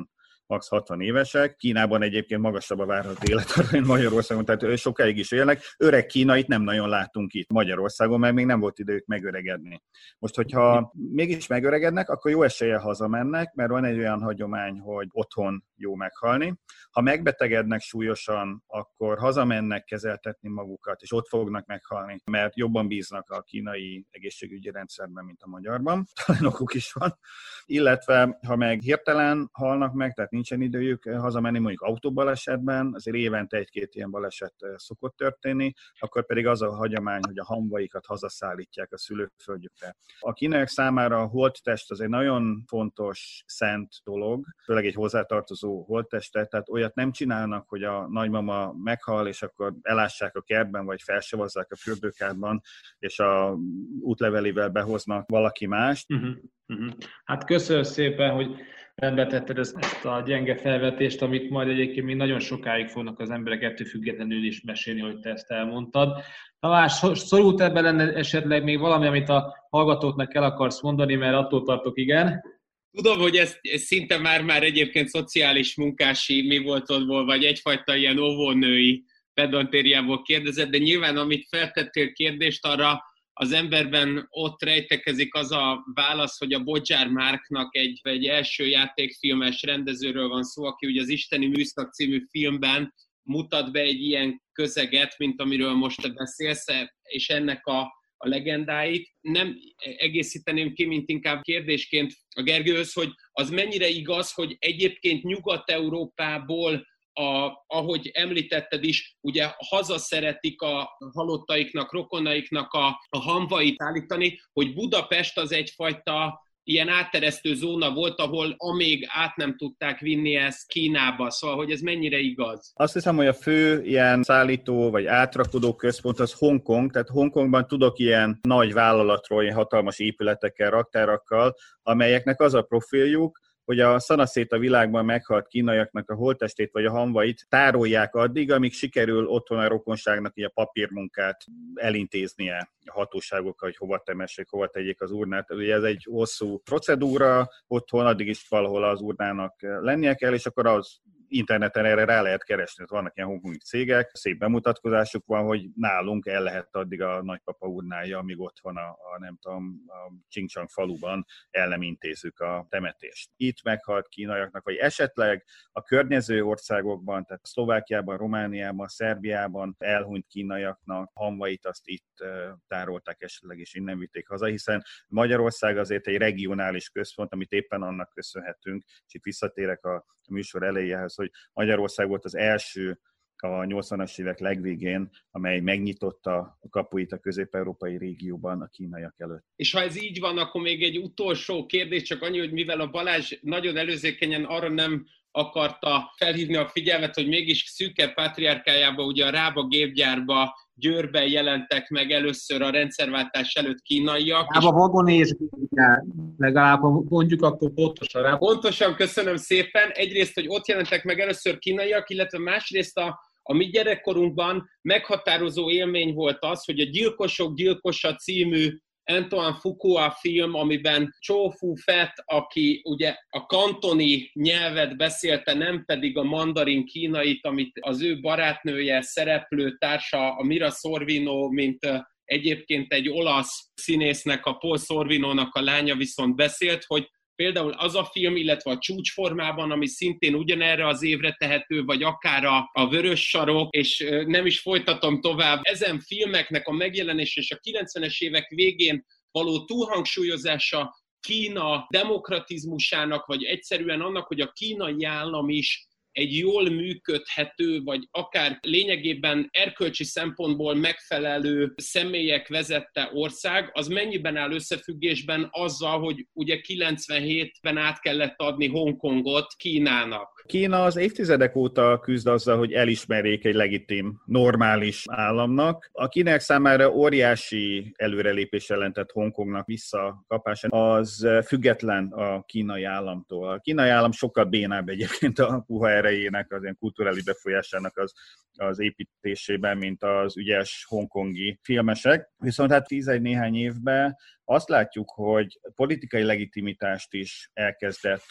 max. hatvan évesek. Kínában egyébként magasabb a várható élettartam, mint Magyarországon, tehát sokáig is élnek. Öreg kínait nem nagyon látunk itt Magyarországon, mert még nem volt idők megöregedni. Most, hogyha mégis megöregednek, akkor jó eséllyel hazamennek, mert van egy olyan hagyomány, hogy otthon jó meghalni. Ha megbetegednek súlyosan, akkor hazamennek kezeltetni magukat, és ott fognak meghalni, mert jobban bíznak a kínai egészségügyi rendszerben, mint a magyarban. Talán okuk is van. Illetve, ha meg hirtelen halnak meg, tehát nincsen idejük hazamenni, mondjuk autóbalesetben, azért évente egy-két ilyen baleset szokott történni, akkor pedig az a hagyomány, hogy a hamvaikat hazaszállítják a szülőföldjükre. A kínaiak számára a holttest az egy nagyon fontos, szent dolog, főleg egy hozzátartozó holttestet, tehát olyat nem csinálnak, hogy a nagymama meghal, és akkor elássák a kertben, vagy felsavazzák a fürdőkádban, és a útlevelével behoznak valaki mást. Uh-huh. Uh-huh. Hát köszönöm szépen, hogy rendbe tetted ezt, ezt a gyenge felvetést, amit majd egyébként még nagyon sokáig fognak az emberek ettől függetlenül is mesélni, hogy te ezt elmondtad. Tamás, szorult ebben lenne esetleg még valami, amit a hallgatóknak el akarsz mondani, mert attól tartok, igen? Tudom, hogy ez, ez szinte már-már egyébként szociális munkási mi voltodból, vagy egyfajta ilyen óvónői pedantériából kérdezett, de nyilván amit feltettél kérdést, arra az emberben ott rejtekezik az a válasz, hogy a Bodzsár Márknak egy, egy első játékfilmes rendezőről van szó, aki ugye az Isteni Műszak című filmben mutat be egy ilyen közeget, mint amiről most te beszélsz, és ennek a, a legendáit. Nem egészíteném ki, mint inkább kérdésként a Gergőhöz, hogy az mennyire igaz, hogy egyébként Nyugat-Európából, A, ahogy említetted is, ugye hazaszeretik a halottaiknak, rokonaiknak a, a hamvait állítani, hogy Budapest az egyfajta ilyen átteresztő zóna volt, ahol amíg át nem tudták vinni ezt Kínába. Szóval, hogy ez mennyire igaz? Azt hiszem, hogy a fő ilyen szállító vagy átrakodó központ az Hongkong, tehát Hongkongban tudok ilyen nagy vállalatról, ilyen hatalmas épületekkel, raktárakkal, amelyeknek az a profiljuk, hogy a szanaszét a világban meghalt kínaiaknak a holttestét vagy a hamvait tárolják addig, amíg sikerül otthon a rokonságnak a papírmunkát elintéznie a hatóságokkal, hogy hova temessék, hova tegyék az urnát. Ugye ez egy hosszú procedúra, otthon addig is valahol az urnának lennie kell, és akkor az interneten erre rá lehet keresni, vannak ilyen hongkongi cégek, szép bemutatkozásuk van, hogy nálunk el lehet addig a nagypapa urnája, amíg ott van a, a nem tudom, a Csingcsang faluban el nem intézzük a temetést. Itt meghalt kínaiaknak, vagy esetleg a környező országokban, tehát Szlovákiában, Romániában, Szerbiában elhunyt kínaiaknak hamvait azt itt tárolták esetleg, és innen vitték haza, hiszen Magyarország azért egy regionális központ, amit éppen annak köszönhetünk, és itt visszatérek a műsor elejéhez, hogy Magyarország volt az első a nyolcvanas évek legvégén, amely megnyitotta a kapuit a közép-európai régióban a kínaiak előtt. És ha ez így van, akkor még egy utolsó kérdés, csak annyi, hogy mivel a Balázs nagyon előzékenyen arra nem akarta felhívni a figyelmet, hogy mégis szűkebb pátriárkájában, ugye a Rába gépgyárba, Győrben jelentek meg először a rendszerváltás előtt kínaiak. Rába vagon és gépgyár, legalább mondjuk akkor pontosan rá. Pontosan, köszönöm szépen. Egyrészt, hogy ott jelentek meg először kínaiak, illetve másrészt a A mi gyerekkorunkban meghatározó élmény volt az, hogy a Gyilkosok gyilkosa című Antoine Fuqua film, amiben Chow Fu-Fat, aki ugye a kantoni nyelvet beszélte, nem pedig a mandarin kínait, amit az ő barátnője, szereplő társa, a Mira Sorvino, mint egyébként egy olasz színésznek, a Paul Sorvinónak a lánya viszont beszélt, hogy például az a film, illetve a Csúcsformában, ami szintén ugyanerre az évre tehető, vagy akár a, a Vörös sarok, és nem is folytatom tovább. Ezen filmeknek a megjelenés és a kilencvenes évek végén való túlhangsúlyozása Kína demokratizmusának, vagy egyszerűen annak, hogy a kínai állam is egy jól működhető, vagy akár lényegében erkölcsi szempontból megfelelő személyek vezette ország, az mennyiben áll összefüggésben azzal, hogy ugye kilencvenhétben át kellett adni Hongkongot Kínának? Kína az évtizedek óta küzd azzal, hogy elismerjék egy legitim, normális államnak. A kínaiak számára óriási előrelépés jelentett Hongkongnak visszakapása, az független a kínai államtól. A kínai állam sokkal bénább egyébként a puha erejének, az ilyen kulturális befolyásának az, az építésében, mint az ügyes hongkongi filmesek. Viszont hát tizegy néhány évben azt látjuk, hogy politikai legitimitást is elkezdett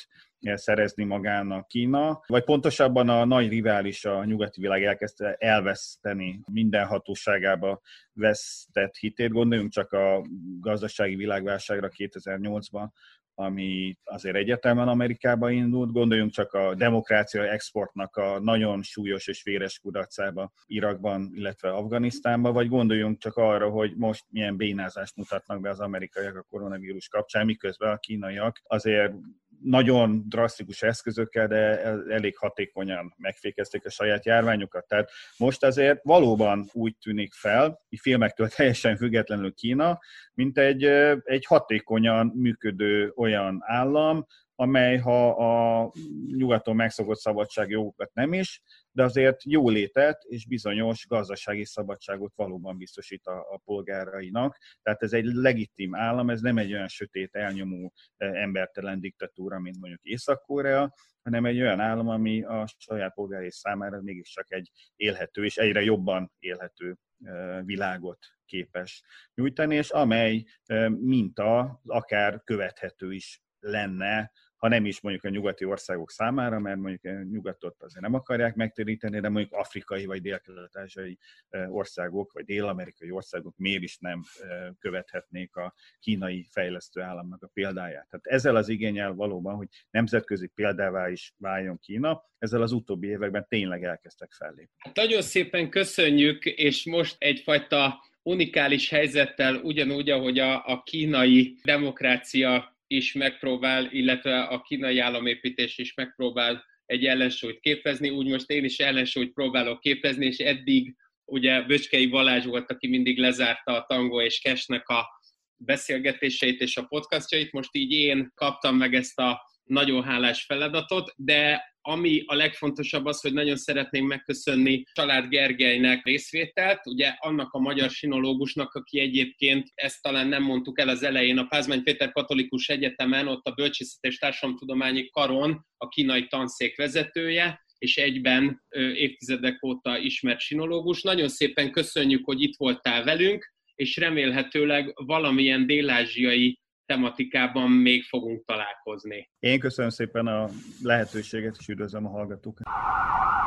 szerezni magának Kína, vagy pontosabban a nagy rivális, a nyugati világ elkezdte elveszteni, minden hatóságába vesztett hitét. Gondoljunk csak a gazdasági világválságra kétezer-nyolcban, ami azért egyetemen Amerikába indult. Gondoljunk csak a demokrácia exportnak a nagyon súlyos és véres kudarcába Irakban, illetve Afganisztánban, vagy gondoljunk csak arra, hogy most milyen bénázást mutatnak be az amerikaiak a koronavírus kapcsán, miközben a kínaiak azért nagyon drasztikus eszközökkel, de elég hatékonyan megfékezték a saját járványukat. Tehát most azért valóban úgy tűnik fel, így filmektől teljesen függetlenül Kína, mint egy, egy hatékonyan működő olyan állam, amely, ha a nyugaton megszokott szabadságjogokat nem is, de azért jólétet és bizonyos gazdasági szabadságot valóban biztosít a, a polgárainak. Tehát ez egy legitim állam, ez nem egy olyan sötét, elnyomó, embertelen diktatúra, mint mondjuk Észak-Korea, hanem egy olyan állam, ami a saját polgárai számára mégiscsak egy élhető és egyre jobban élhető világot képes nyújtani, és amely minta akár követhető is lenne, ha nem is mondjuk a nyugati országok számára, mert mondjuk a nyugatot azért nem akarják megtéríteni, de mondjuk afrikai vagy dél-kelet-ázsiai országok, vagy dél-amerikai országok miért is nem követhetnék a kínai fejlesztő államnak a példáját. Tehát ezzel az igénnyel valóban, hogy nemzetközi példává is váljon Kína, ezzel az utóbbi években tényleg elkezdtek fellépni. Hát nagyon szépen köszönjük, és most egyfajta unikális helyzettel, ugyanúgy, ahogy a, a kínai demokrácia is megpróbál, illetve a kínai államépítés is megpróbál egy ellensúlyt képezni, úgy most én is ellensúlyt próbálok képezni, és eddig ugye Böcskei Balázs volt, aki mindig lezárta a Tango és Cash-nek a beszélgetéseit és a podcastjait, most így én kaptam meg ezt a nagyon hálás feladatot, de ami a legfontosabb az, hogy nagyon szeretném megköszönni Család Gergelynek részvételt, ugye annak a magyar sinológusnak, aki egyébként, ezt talán nem mondtuk el az elején, a Pázmány Péter Katolikus Egyetemen, ott a Bölcsészet és Társadalomtudományi Karon a kínai tanszék vezetője, és egyben évtizedek óta ismert sinológus. Nagyon szépen köszönjük, hogy itt voltál velünk, és remélhetőleg valamilyen dél-ázsiai tematikában még fogunk találkozni. Én köszönöm szépen a lehetőséget, és üdvözlöm a hallgatókat.